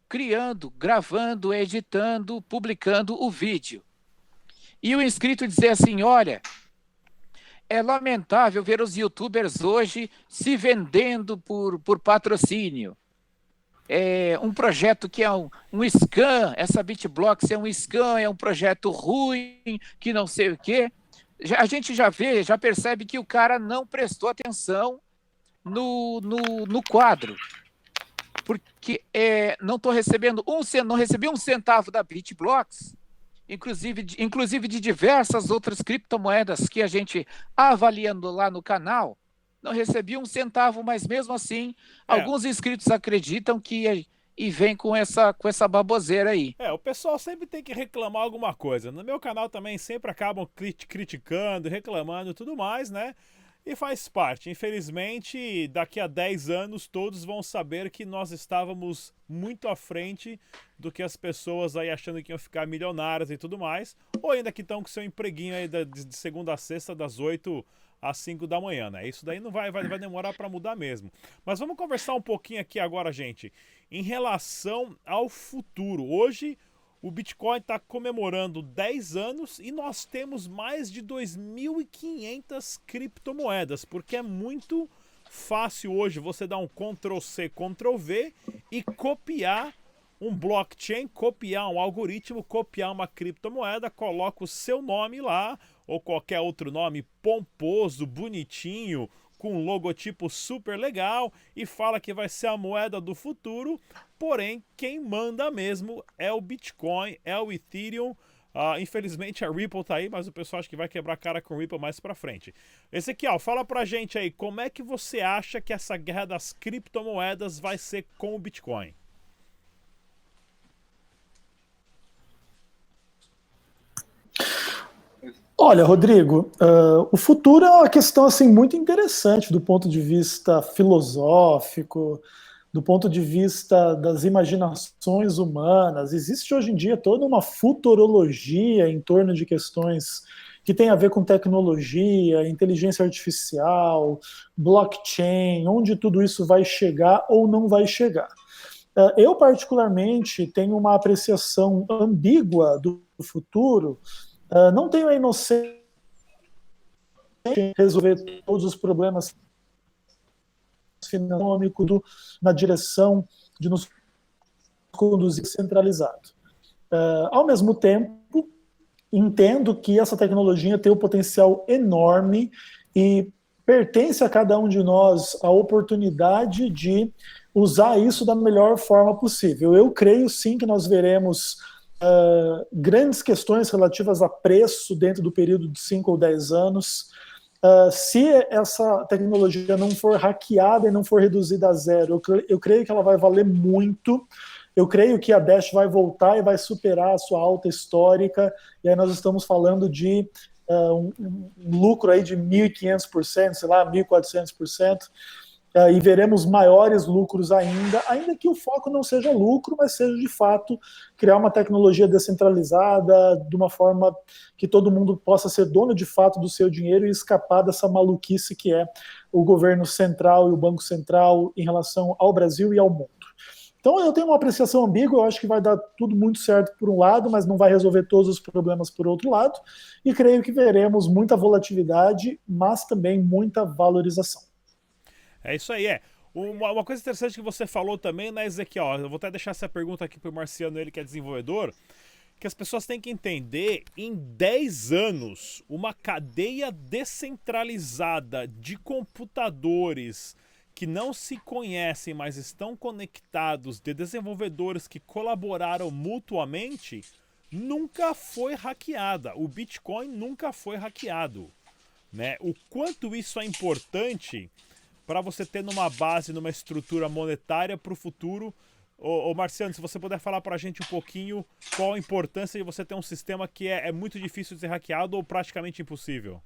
criando, gravando, editando, publicando o vídeo. E o inscrito dizer assim, olha, é lamentável ver os youtubers hoje se vendendo por patrocínio. É um projeto que é um scam, essa BitBlocks é um scam, é um projeto ruim, que não sei o quê. A gente já percebe que o cara não prestou atenção no quadro. Porque não recebi um centavo da BitBlocks, inclusive de diversas outras criptomoedas que a gente avaliando lá no canal, não recebi um centavo, mas mesmo assim, alguns inscritos acreditam que e vem com essa baboseira aí. O pessoal sempre tem que reclamar alguma coisa. No meu canal também sempre acabam criticando, reclamando e tudo mais, né? E faz parte. Infelizmente, daqui a 10 anos, todos vão saber que nós estávamos muito à frente do que as pessoas aí achando que iam ficar milionárias e tudo mais. Ou ainda que estão com seu empreguinho aí de segunda a sexta, das 8 às 5 da manhã, né? Isso daí não vai demorar para mudar mesmo. Mas vamos conversar um pouquinho aqui agora, gente, em relação ao futuro. Hoje, o Bitcoin está comemorando 10 anos e nós temos mais de 2.500 criptomoedas, porque é muito fácil hoje você dar um Ctrl+C, Ctrl+V e copiar um blockchain, copiar um algoritmo, copiar uma criptomoeda, coloca o seu nome lá, ou qualquer outro nome pomposo, bonitinho, com um logotipo super legal e fala que vai ser a moeda do futuro, porém quem manda mesmo é o Bitcoin, é o Ethereum. Infelizmente a Ripple tá aí, mas o pessoal acha que vai quebrar a cara com o Ripple mais pra frente. Ezequiel, fala pra gente aí, como é que você acha que essa guerra das criptomoedas vai ser com o Bitcoin? Olha, Rodrigo, o futuro é uma questão assim, muito interessante do ponto de vista filosófico, do ponto de vista das imaginações humanas. Existe hoje em dia toda uma futurologia em torno de questões que têm a ver com tecnologia, inteligência artificial, blockchain, onde tudo isso vai chegar ou não vai chegar. Eu, particularmente, tenho uma apreciação ambígua do futuro. Não tenho a inocência de resolver todos os problemas econômicos na direção de nos conduzir centralizado. Ao mesmo tempo, entendo que essa tecnologia tem um potencial enorme e pertence a cada um de nós a oportunidade de usar isso da melhor forma possível. Eu creio sim que nós veremos grandes questões relativas a preço dentro do período de 5 ou 10 anos. Se essa tecnologia não for hackeada e não for reduzida a zero, eu creio que ela vai valer muito. Eu creio que a Dash vai voltar e vai superar a sua alta histórica, e aí nós estamos falando de um lucro aí de 1.500%, sei lá, 1.400%, e veremos maiores lucros ainda que o foco não seja lucro, mas seja de fato criar uma tecnologia descentralizada, de uma forma que todo mundo possa ser dono de fato do seu dinheiro e escapar dessa maluquice que é o governo central e o Banco Central em relação ao Brasil e ao mundo. Então eu tenho uma apreciação ambígua, eu acho que vai dar tudo muito certo por um lado, mas não vai resolver todos os problemas por outro lado, e creio que veremos muita volatilidade, mas também muita valorização. É isso aí, Uma coisa interessante que você falou também, né, Ezequiel? Eu vou até deixar essa pergunta aqui pro Marciano, ele que é desenvolvedor, que as pessoas têm que entender, em 10 anos, uma cadeia descentralizada de computadores que não se conhecem, mas estão conectados, de desenvolvedores que colaboraram mutuamente, nunca foi hackeada. O Bitcoin nunca foi hackeado, né? O quanto isso é importante para você ter numa base, numa estrutura monetária para o futuro. Ô Marciano, se você puder falar para a gente um pouquinho qual a importância de você ter um sistema que é muito difícil de ser hackeado ou praticamente impossível.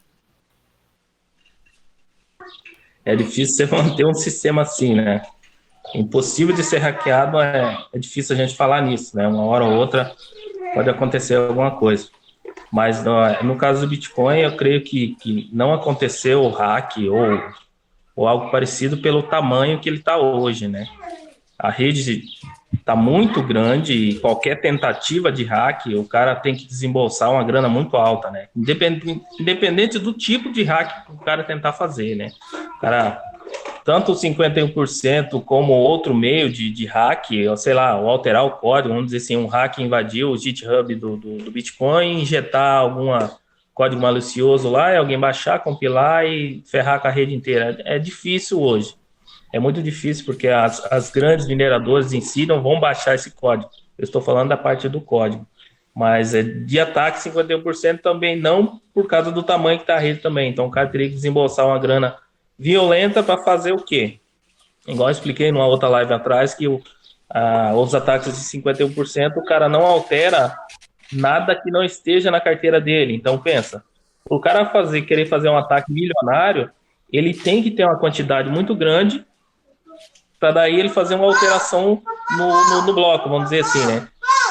É difícil você manter um sistema assim, né? Impossível de ser hackeado, é difícil a gente falar nisso, né? Uma hora ou outra pode acontecer alguma coisa. Mas no caso do Bitcoin, eu creio que não aconteceu o hack ou algo parecido pelo tamanho que ele está hoje, né? A rede tá muito grande e qualquer tentativa de hack, o cara tem que desembolsar uma grana muito alta, né? Independente do tipo de hack que o cara tentar fazer, né? O cara, tanto o 51% como outro meio de hack, ou sei lá, ou alterar o código, vamos dizer assim, um hack invadir o GitHub do Bitcoin, injetar algum código malicioso lá, e alguém baixar, compilar e ferrar com a rede inteira. É difícil hoje. É muito difícil porque as grandes mineradoras em si não vão baixar esse código. Eu estou falando da parte do código. Mas de ataque, 51% também não, por causa do tamanho que está a rede também. Então o cara teria que desembolsar uma grana violenta para fazer o quê? Igual eu expliquei numa outra live atrás, que os ataques de 51%, o cara não altera nada que não esteja na carteira dele. Então pensa, o cara querer fazer um ataque milionário, ele tem que ter uma quantidade muito grande para daí ele fazer uma alteração no bloco, vamos dizer assim, né?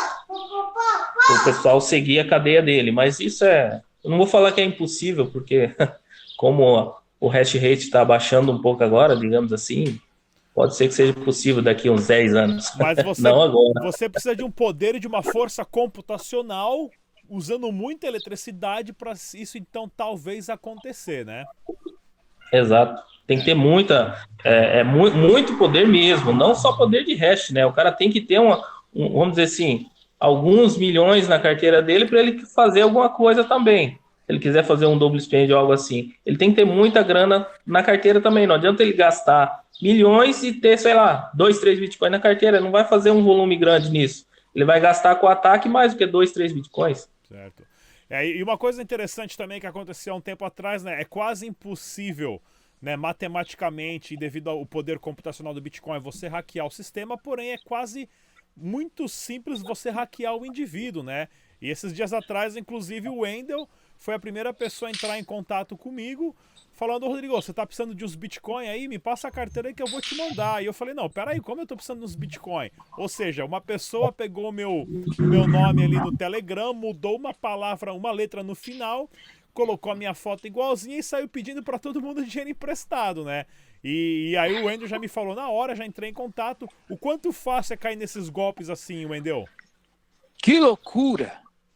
O pessoal seguir a cadeia dele. Mas isso eu não vou falar que é impossível, porque como o hash rate está baixando um pouco agora, digamos assim, pode ser que seja possível daqui a uns 10 anos. Mas não agora. Você precisa de um poder e de uma força computacional usando muita eletricidade para isso, então, talvez acontecer, né? Exato. Tem que ter muito poder mesmo, não só poder de hash, né? O cara tem que ter vamos dizer assim, alguns milhões na carteira dele para ele fazer alguma coisa também. Se ele quiser fazer um double spend ou algo assim, ele tem que ter muita grana na carteira também. Não adianta ele gastar milhões e ter, sei lá, 2, 3 bitcoins na carteira. Ele não vai fazer um volume grande nisso. Ele vai gastar com o ataque mais do que 2, 3 bitcoins. Certo. E uma coisa interessante também que aconteceu há um tempo atrás, né? É quase impossível, né, matematicamente, e devido ao poder computacional do Bitcoin, você hackear o sistema, porém é quase muito simples você hackear o indivíduo, né? E esses dias atrás, inclusive, o Wendel foi a primeira pessoa a entrar em contato comigo, falando: Rodrigo, você tá precisando de uns Bitcoin aí? Me passa a carteira aí que eu vou te mandar. E eu falei: não, peraí, como eu tô precisando de uns Bitcoin? Ou seja, uma pessoa pegou meu nome ali no Telegram, mudou uma palavra, uma letra no final, colocou a minha foto igualzinha e saiu pedindo para todo mundo dinheiro emprestado, né? E aí o Wendel já me falou na hora, já entrei em contato. O quanto fácil é cair nesses golpes assim, Wendel? Que loucura!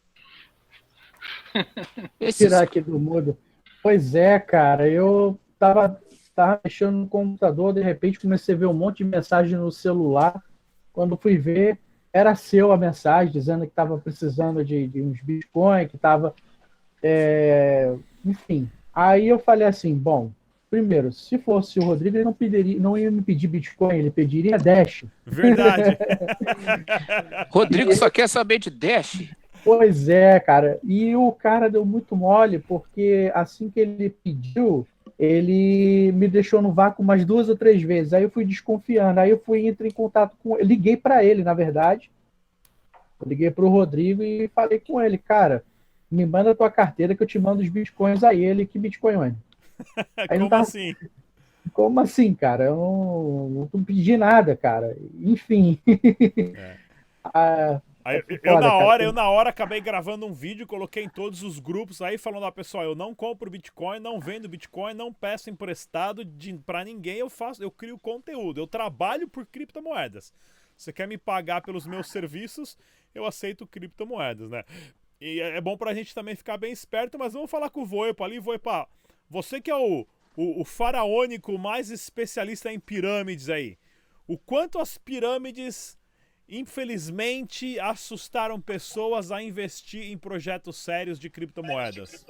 Tirar aqui do mudo. Pois é, cara, eu tava mexendo no computador, de repente comecei a ver um monte de mensagem no celular. Quando fui ver, era seu a mensagem, dizendo que estava precisando de uns Bitcoin, que estava... enfim. Aí eu falei assim, bom, primeiro, se fosse o Rodrigo, ele não ia me pedir Bitcoin, ele pediria Dash. Verdade. Rodrigo só quer saber de Dash. Pois é, cara. E o cara deu muito mole, porque assim que ele pediu, ele me deixou no vácuo umas 2 ou 3 vezes. Aí eu fui desconfiando. Aí eu entrei em contato com ele. Liguei para ele, na verdade. Eu liguei para o Rodrigo e falei com ele, cara, me manda a tua carteira que eu te mando os bitcoins a ele. Que bitcoin, mano? Aí Como assim? Como assim, cara? Eu não pedi nada, cara. Enfim. Aí, eu na hora acabei gravando um vídeo, coloquei em todos os grupos aí falando: pessoal, eu não compro Bitcoin, não vendo Bitcoin, não peço emprestado pra ninguém, eu crio conteúdo, eu trabalho por criptomoedas. Você quer me pagar pelos meus serviços, eu aceito criptomoedas, né? E é bom pra gente também ficar bem esperto, mas vamos falar com o Voipa ali. Voipa, você que é o faraônico mais especialista em pirâmides aí, o quanto as pirâmides, infelizmente, assustaram pessoas a investir em projetos sérios de criptomoedas?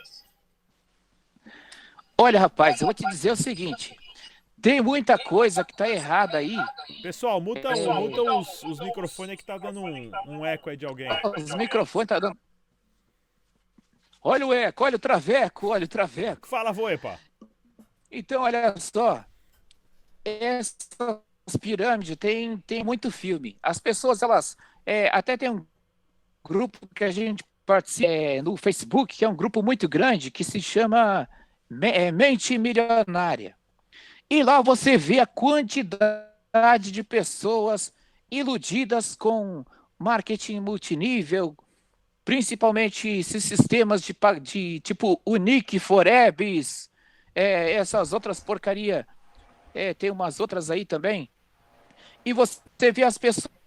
Olha, rapaz, eu vou te dizer o seguinte: tem muita coisa que tá errada aí. Pessoal, muta os microfones que tá dando um eco aí de alguém. Os microfones tá dando... Olha o eco, olha o traveco. Fala, Voipa. Então, olha só. Essas pirâmides tem muito filme. As pessoas, elas... até tem um grupo que a gente participa no Facebook, que é um grupo muito grande, que se chama Mente Milionária. E lá você vê a quantidade de pessoas iludidas com marketing multinível, principalmente esses sistemas de tipo Unique, Forex, essas outras porcaria, tem umas outras aí também. E você vê as pessoas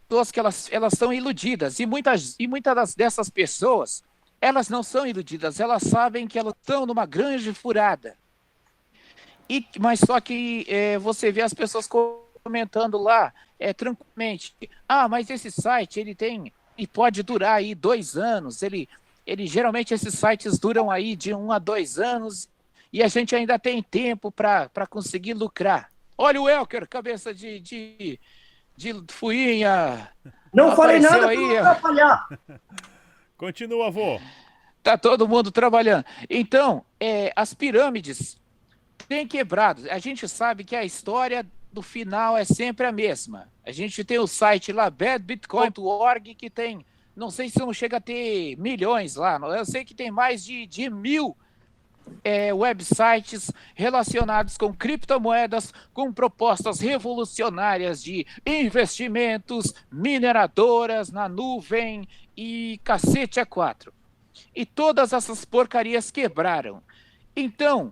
pessoas que elas são iludidas, e muitas dessas pessoas, elas não são iludidas, elas sabem que elas estão numa grande furada. Mas só que você vê as pessoas comentando lá, tranquilamente, mas esse site, ele pode durar aí 2 anos, geralmente esses sites duram aí de 1 a 2 anos, e a gente ainda tem tempo para conseguir lucrar. Olha o Elker, cabeça de fuinha. Não falei nada aí, para não atrapalhar. Continua, avô. Tá todo mundo trabalhando. Então, as pirâmides têm quebrado. A gente sabe que a história do final é sempre a mesma. A gente tem o site lá, badbitcoin.org, que tem, não sei se não chega a ter milhões lá, eu sei que tem mais de 1.000 websites relacionados com criptomoedas, com propostas revolucionárias de investimentos, mineradoras na nuvem e cacete a 4. E todas essas porcarias quebraram. Então,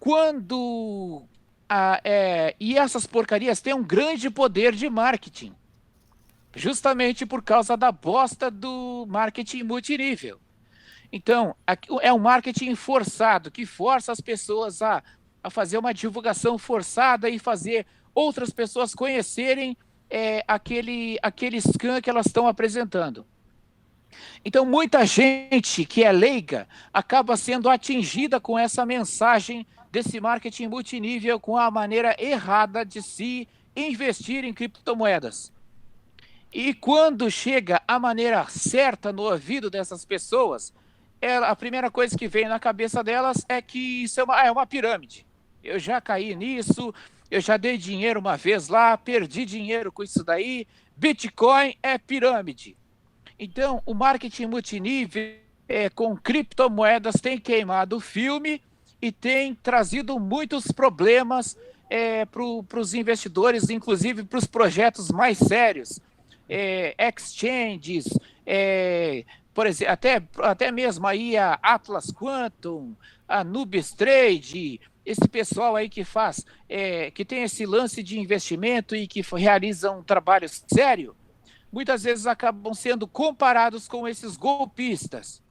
e essas porcarias têm um grande poder de marketing, justamente por causa da bosta do marketing multinível. Então, é um marketing forçado, que força as pessoas a fazer uma divulgação forçada e fazer outras pessoas conhecerem aquele scam que elas estão apresentando. Então, muita gente que é leiga acaba sendo atingida com essa mensagem desse marketing multinível, com a maneira errada de se investir em criptomoedas. E quando chega a maneira certa no ouvido dessas pessoas, a primeira coisa que vem na cabeça delas é que isso é uma pirâmide. Eu já caí nisso, eu já dei dinheiro uma vez lá, perdi dinheiro com isso daí, Bitcoin é pirâmide. Então, o marketing multinível com criptomoedas tem queimado o filme e tem trazido muitos problemas para os investidores, inclusive para os projetos mais sérios, exchanges, por exemplo, até mesmo aí a Atlas Quantum, a Nubis Trade, esse pessoal aí que faz, que tem esse lance de investimento e que realiza um trabalho sério, muitas vezes acabam sendo comparados com esses golpistas.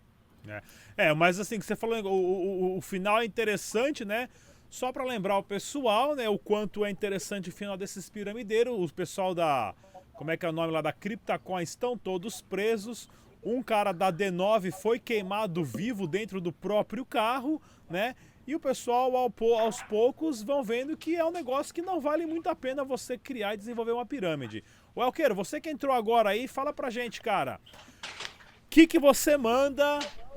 Mas assim, que você falou, o final é interessante, né? Só para lembrar o pessoal, né, o quanto é interessante o final desses piramideiros, o pessoal como é que é o nome lá, da CryptoCoin, estão todos presos. Um cara da D9 foi queimado vivo dentro do próprio carro, né? E o pessoal, aos poucos, vão vendo que é um negócio que não vale muito a pena você criar e desenvolver uma pirâmide. O Elqueiro, você que entrou agora aí, fala pra gente, cara. O que você manda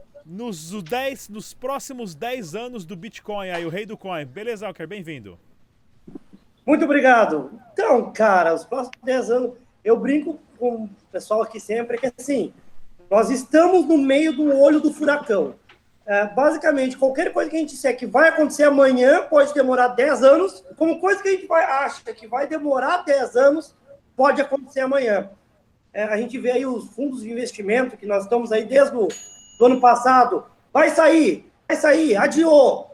nos próximos 10 anos do Bitcoin aí, o rei do coin? Beleza, Elqueiro, bem-vindo. Muito obrigado. Então, cara, os próximos 10 anos, eu brinco com o pessoal aqui sempre, que assim, nós estamos no meio do olho do furacão. Basicamente, qualquer coisa que a gente disser que vai acontecer amanhã pode demorar 10 anos, como coisa que a gente acha que vai demorar 10 anos, pode acontecer amanhã. A gente vê aí os fundos de investimento, que nós estamos aí desde o ano passado, vai sair, adiou.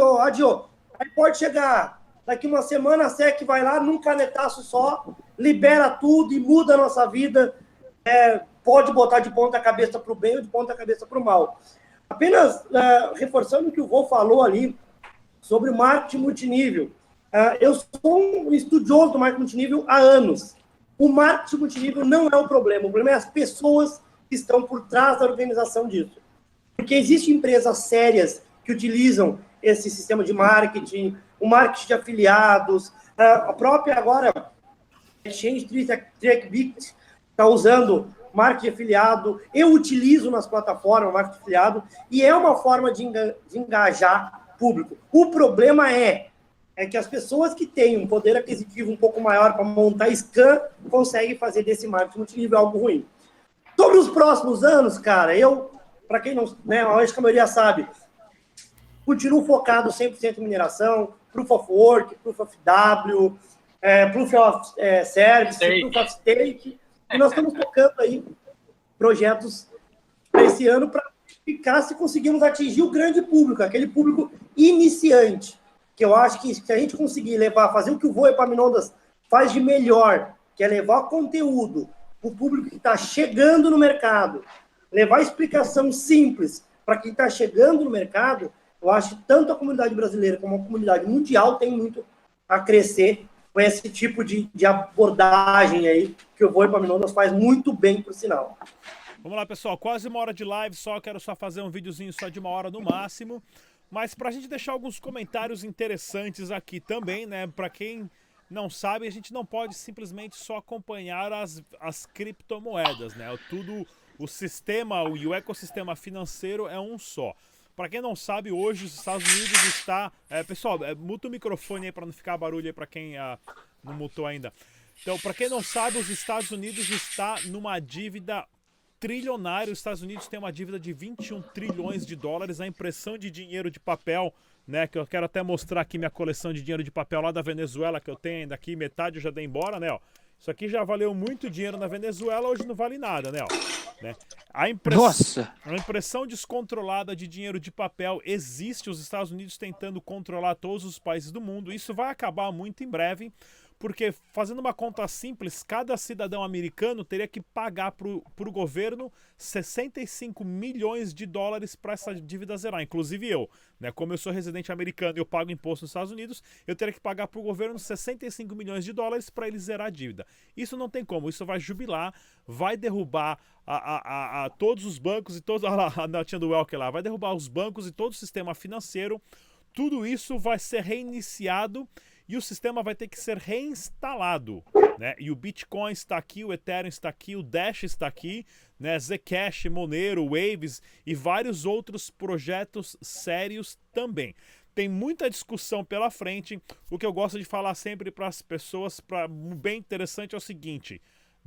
Aí pode chegar, daqui uma semana a SEC vai lá, num canetaço só, libera tudo e muda a nossa vida, pode botar de ponta cabeça para o bem ou de ponta cabeça para o mal. Apenas reforçando o que o Vô falou ali sobre o marketing multinível. Eu sou um estudioso do marketing multinível há anos. O marketing multinível não é o problema é as pessoas que estão por trás da organização disso. Porque existem empresas sérias que utilizam esse sistema de marketing, o marketing de afiliados, a própria agora Exchange TrackBit está usando marketing afiliado, eu utilizo nas plataformas marketing afiliado, e é uma forma de engajar público. O problema é que as pessoas que têm um poder aquisitivo um pouco maior para montar scan conseguem fazer desse marketing multinível algo ruim. Sobre os próximos anos, cara, para quem não, né, acho que a maioria sabe, continuo focado 100% em mineração, Proof of Work, Proof of W, Proof of Service, Proof of Stake, e nós estamos focando aí projetos para esse ano para ficar se conseguirmos atingir o grande público, aquele público iniciante, que eu acho que se a gente conseguir fazer o que o Vô Epaminondas faz de melhor, que é levar conteúdo o público que está chegando no mercado, levar explicação simples para quem está chegando no mercado, eu acho que tanto a comunidade brasileira como a comunidade mundial tem muito a crescer com esse tipo de abordagem aí que o Vô Epaminondas faz muito bem, por sinal. Vamos lá, pessoal, quase 1 hora de live só, quero só fazer um videozinho só de 1 hora no máximo, mas pra gente deixar alguns comentários interessantes aqui também, né, pra quem não sabe, a gente não pode simplesmente só acompanhar as criptomoedas, né, o sistema e o ecossistema financeiro é um só. Pra quem não sabe, hoje os Estados Unidos está... pessoal, muta o microfone aí pra não ficar barulho aí pra quem não mutou ainda. Então, pra quem não sabe, os Estados Unidos está numa dívida trilionária. Os Estados Unidos tem uma dívida de 21 trilhões de dólares. A impressão de dinheiro de papel, né, que eu quero até mostrar aqui minha coleção de dinheiro de papel lá da Venezuela, que eu tenho ainda aqui, metade eu já dei embora, né, ó. Isso aqui já valeu muito dinheiro na Venezuela, hoje não vale nada, né, ó. Né? A impressão descontrolada de dinheiro de papel existe, os Estados Unidos tentando controlar todos os países do mundo. Isso vai acabar muito em breve, porque fazendo uma conta simples, cada cidadão americano teria que pagar para o governo 65 milhões de dólares para essa dívida zerar, inclusive eu, né? Como eu sou residente americano e eu pago imposto nos Estados Unidos, eu teria que pagar para o governo 65 milhões de dólares para ele zerar a dívida. Isso não tem como, isso vai jubilar, vai derrubar a todos os bancos e todos... Olha lá, a notinha do Welker lá, vai derrubar os bancos e todo o sistema financeiro. Tudo isso vai ser reiniciado e o sistema vai ter que ser reinstalado, né? E o Bitcoin está aqui, o Ethereum está aqui, o Dash está aqui, né? Zcash, Monero, Waves e vários outros projetos sérios também. Tem muita discussão pela frente. O que eu gosto de falar sempre para as pessoas, bem interessante, é o seguinte: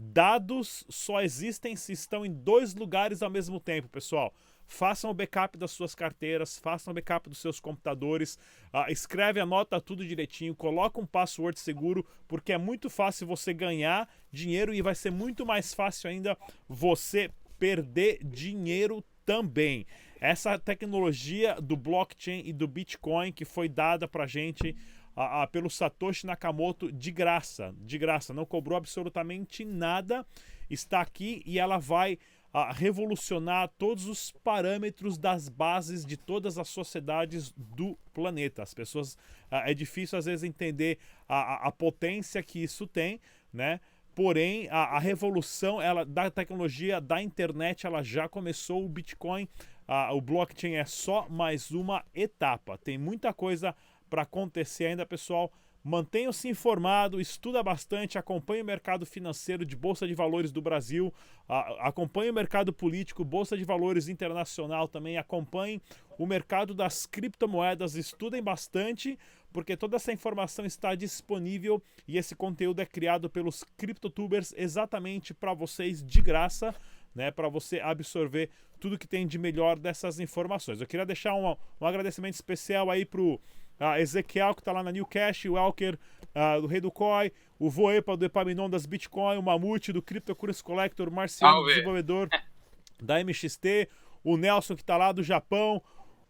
dados só existem se estão em 2 lugares ao mesmo tempo, pessoal. Façam o backup das suas carteiras, façam o backup dos seus computadores, escreve, anota tudo direitinho, coloca um password seguro, porque é muito fácil você ganhar dinheiro e vai ser muito mais fácil ainda você perder dinheiro também. Essa tecnologia do blockchain e do Bitcoin que foi dada pra gente pelo Satoshi Nakamoto de graça, não cobrou absolutamente nada, está aqui e ela vai revolucionar todos os parâmetros das bases de todas as sociedades do planeta. As pessoas, é difícil às vezes entender a potência que isso tem, né? Porém, a revolução da tecnologia da internet, ela já começou. O Bitcoin, o blockchain é só mais uma etapa. Tem muita coisa para acontecer ainda, pessoal. Mantenham-se informados, estuda bastante, acompanhe o mercado financeiro de Bolsa de Valores do Brasil, acompanhe o mercado político, Bolsa de Valores internacional também, acompanhem o mercado das criptomoedas, estudem bastante, porque toda essa informação está disponível e esse conteúdo é criado pelos CryptoTubers exatamente para vocês de graça, né, para você absorver tudo que tem de melhor dessas informações. Eu queria deixar um agradecimento especial aí pro Ezequiel, que tá lá na Newcash, o Welker do Rei do Koi, o Vô Epa do Epaminondas Bitcoin, o Mamute do Cryptocurrency Collector, o Marciano, desenvolvedor da MXT, o Nelson, que tá lá do Japão,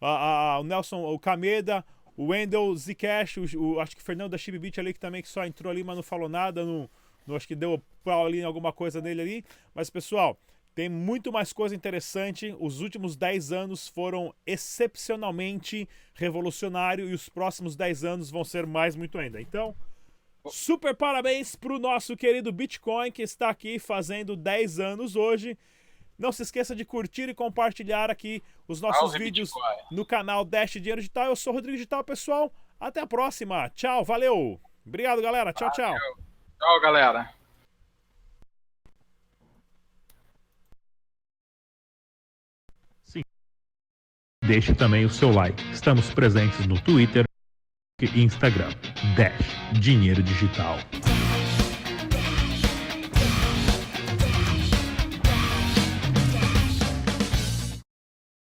o Nelson, o Kameda, o Wendel, Zcash, acho que o Fernando da Chibibit ali, que também só entrou ali, mas não falou nada, acho que deu pau ali em alguma coisa nele ali. Mas, pessoal, tem muito mais coisa interessante. Os últimos 10 anos foram excepcionalmente revolucionários e os próximos 10 anos vão ser muito ainda. Então, super parabéns para o nosso querido Bitcoin, que está aqui fazendo 10 anos hoje. Não se esqueça de curtir e compartilhar aqui os nossos vídeos no canal Dash Dinheiro Digital. Eu sou o Rodrigo Digital, pessoal. Até a próxima. Tchau, valeu. Obrigado, galera. Tchau, tchau. Tchau, galera. Deixe também o seu like. Estamos presentes no Twitter e Instagram. Dash Dinheiro Digital.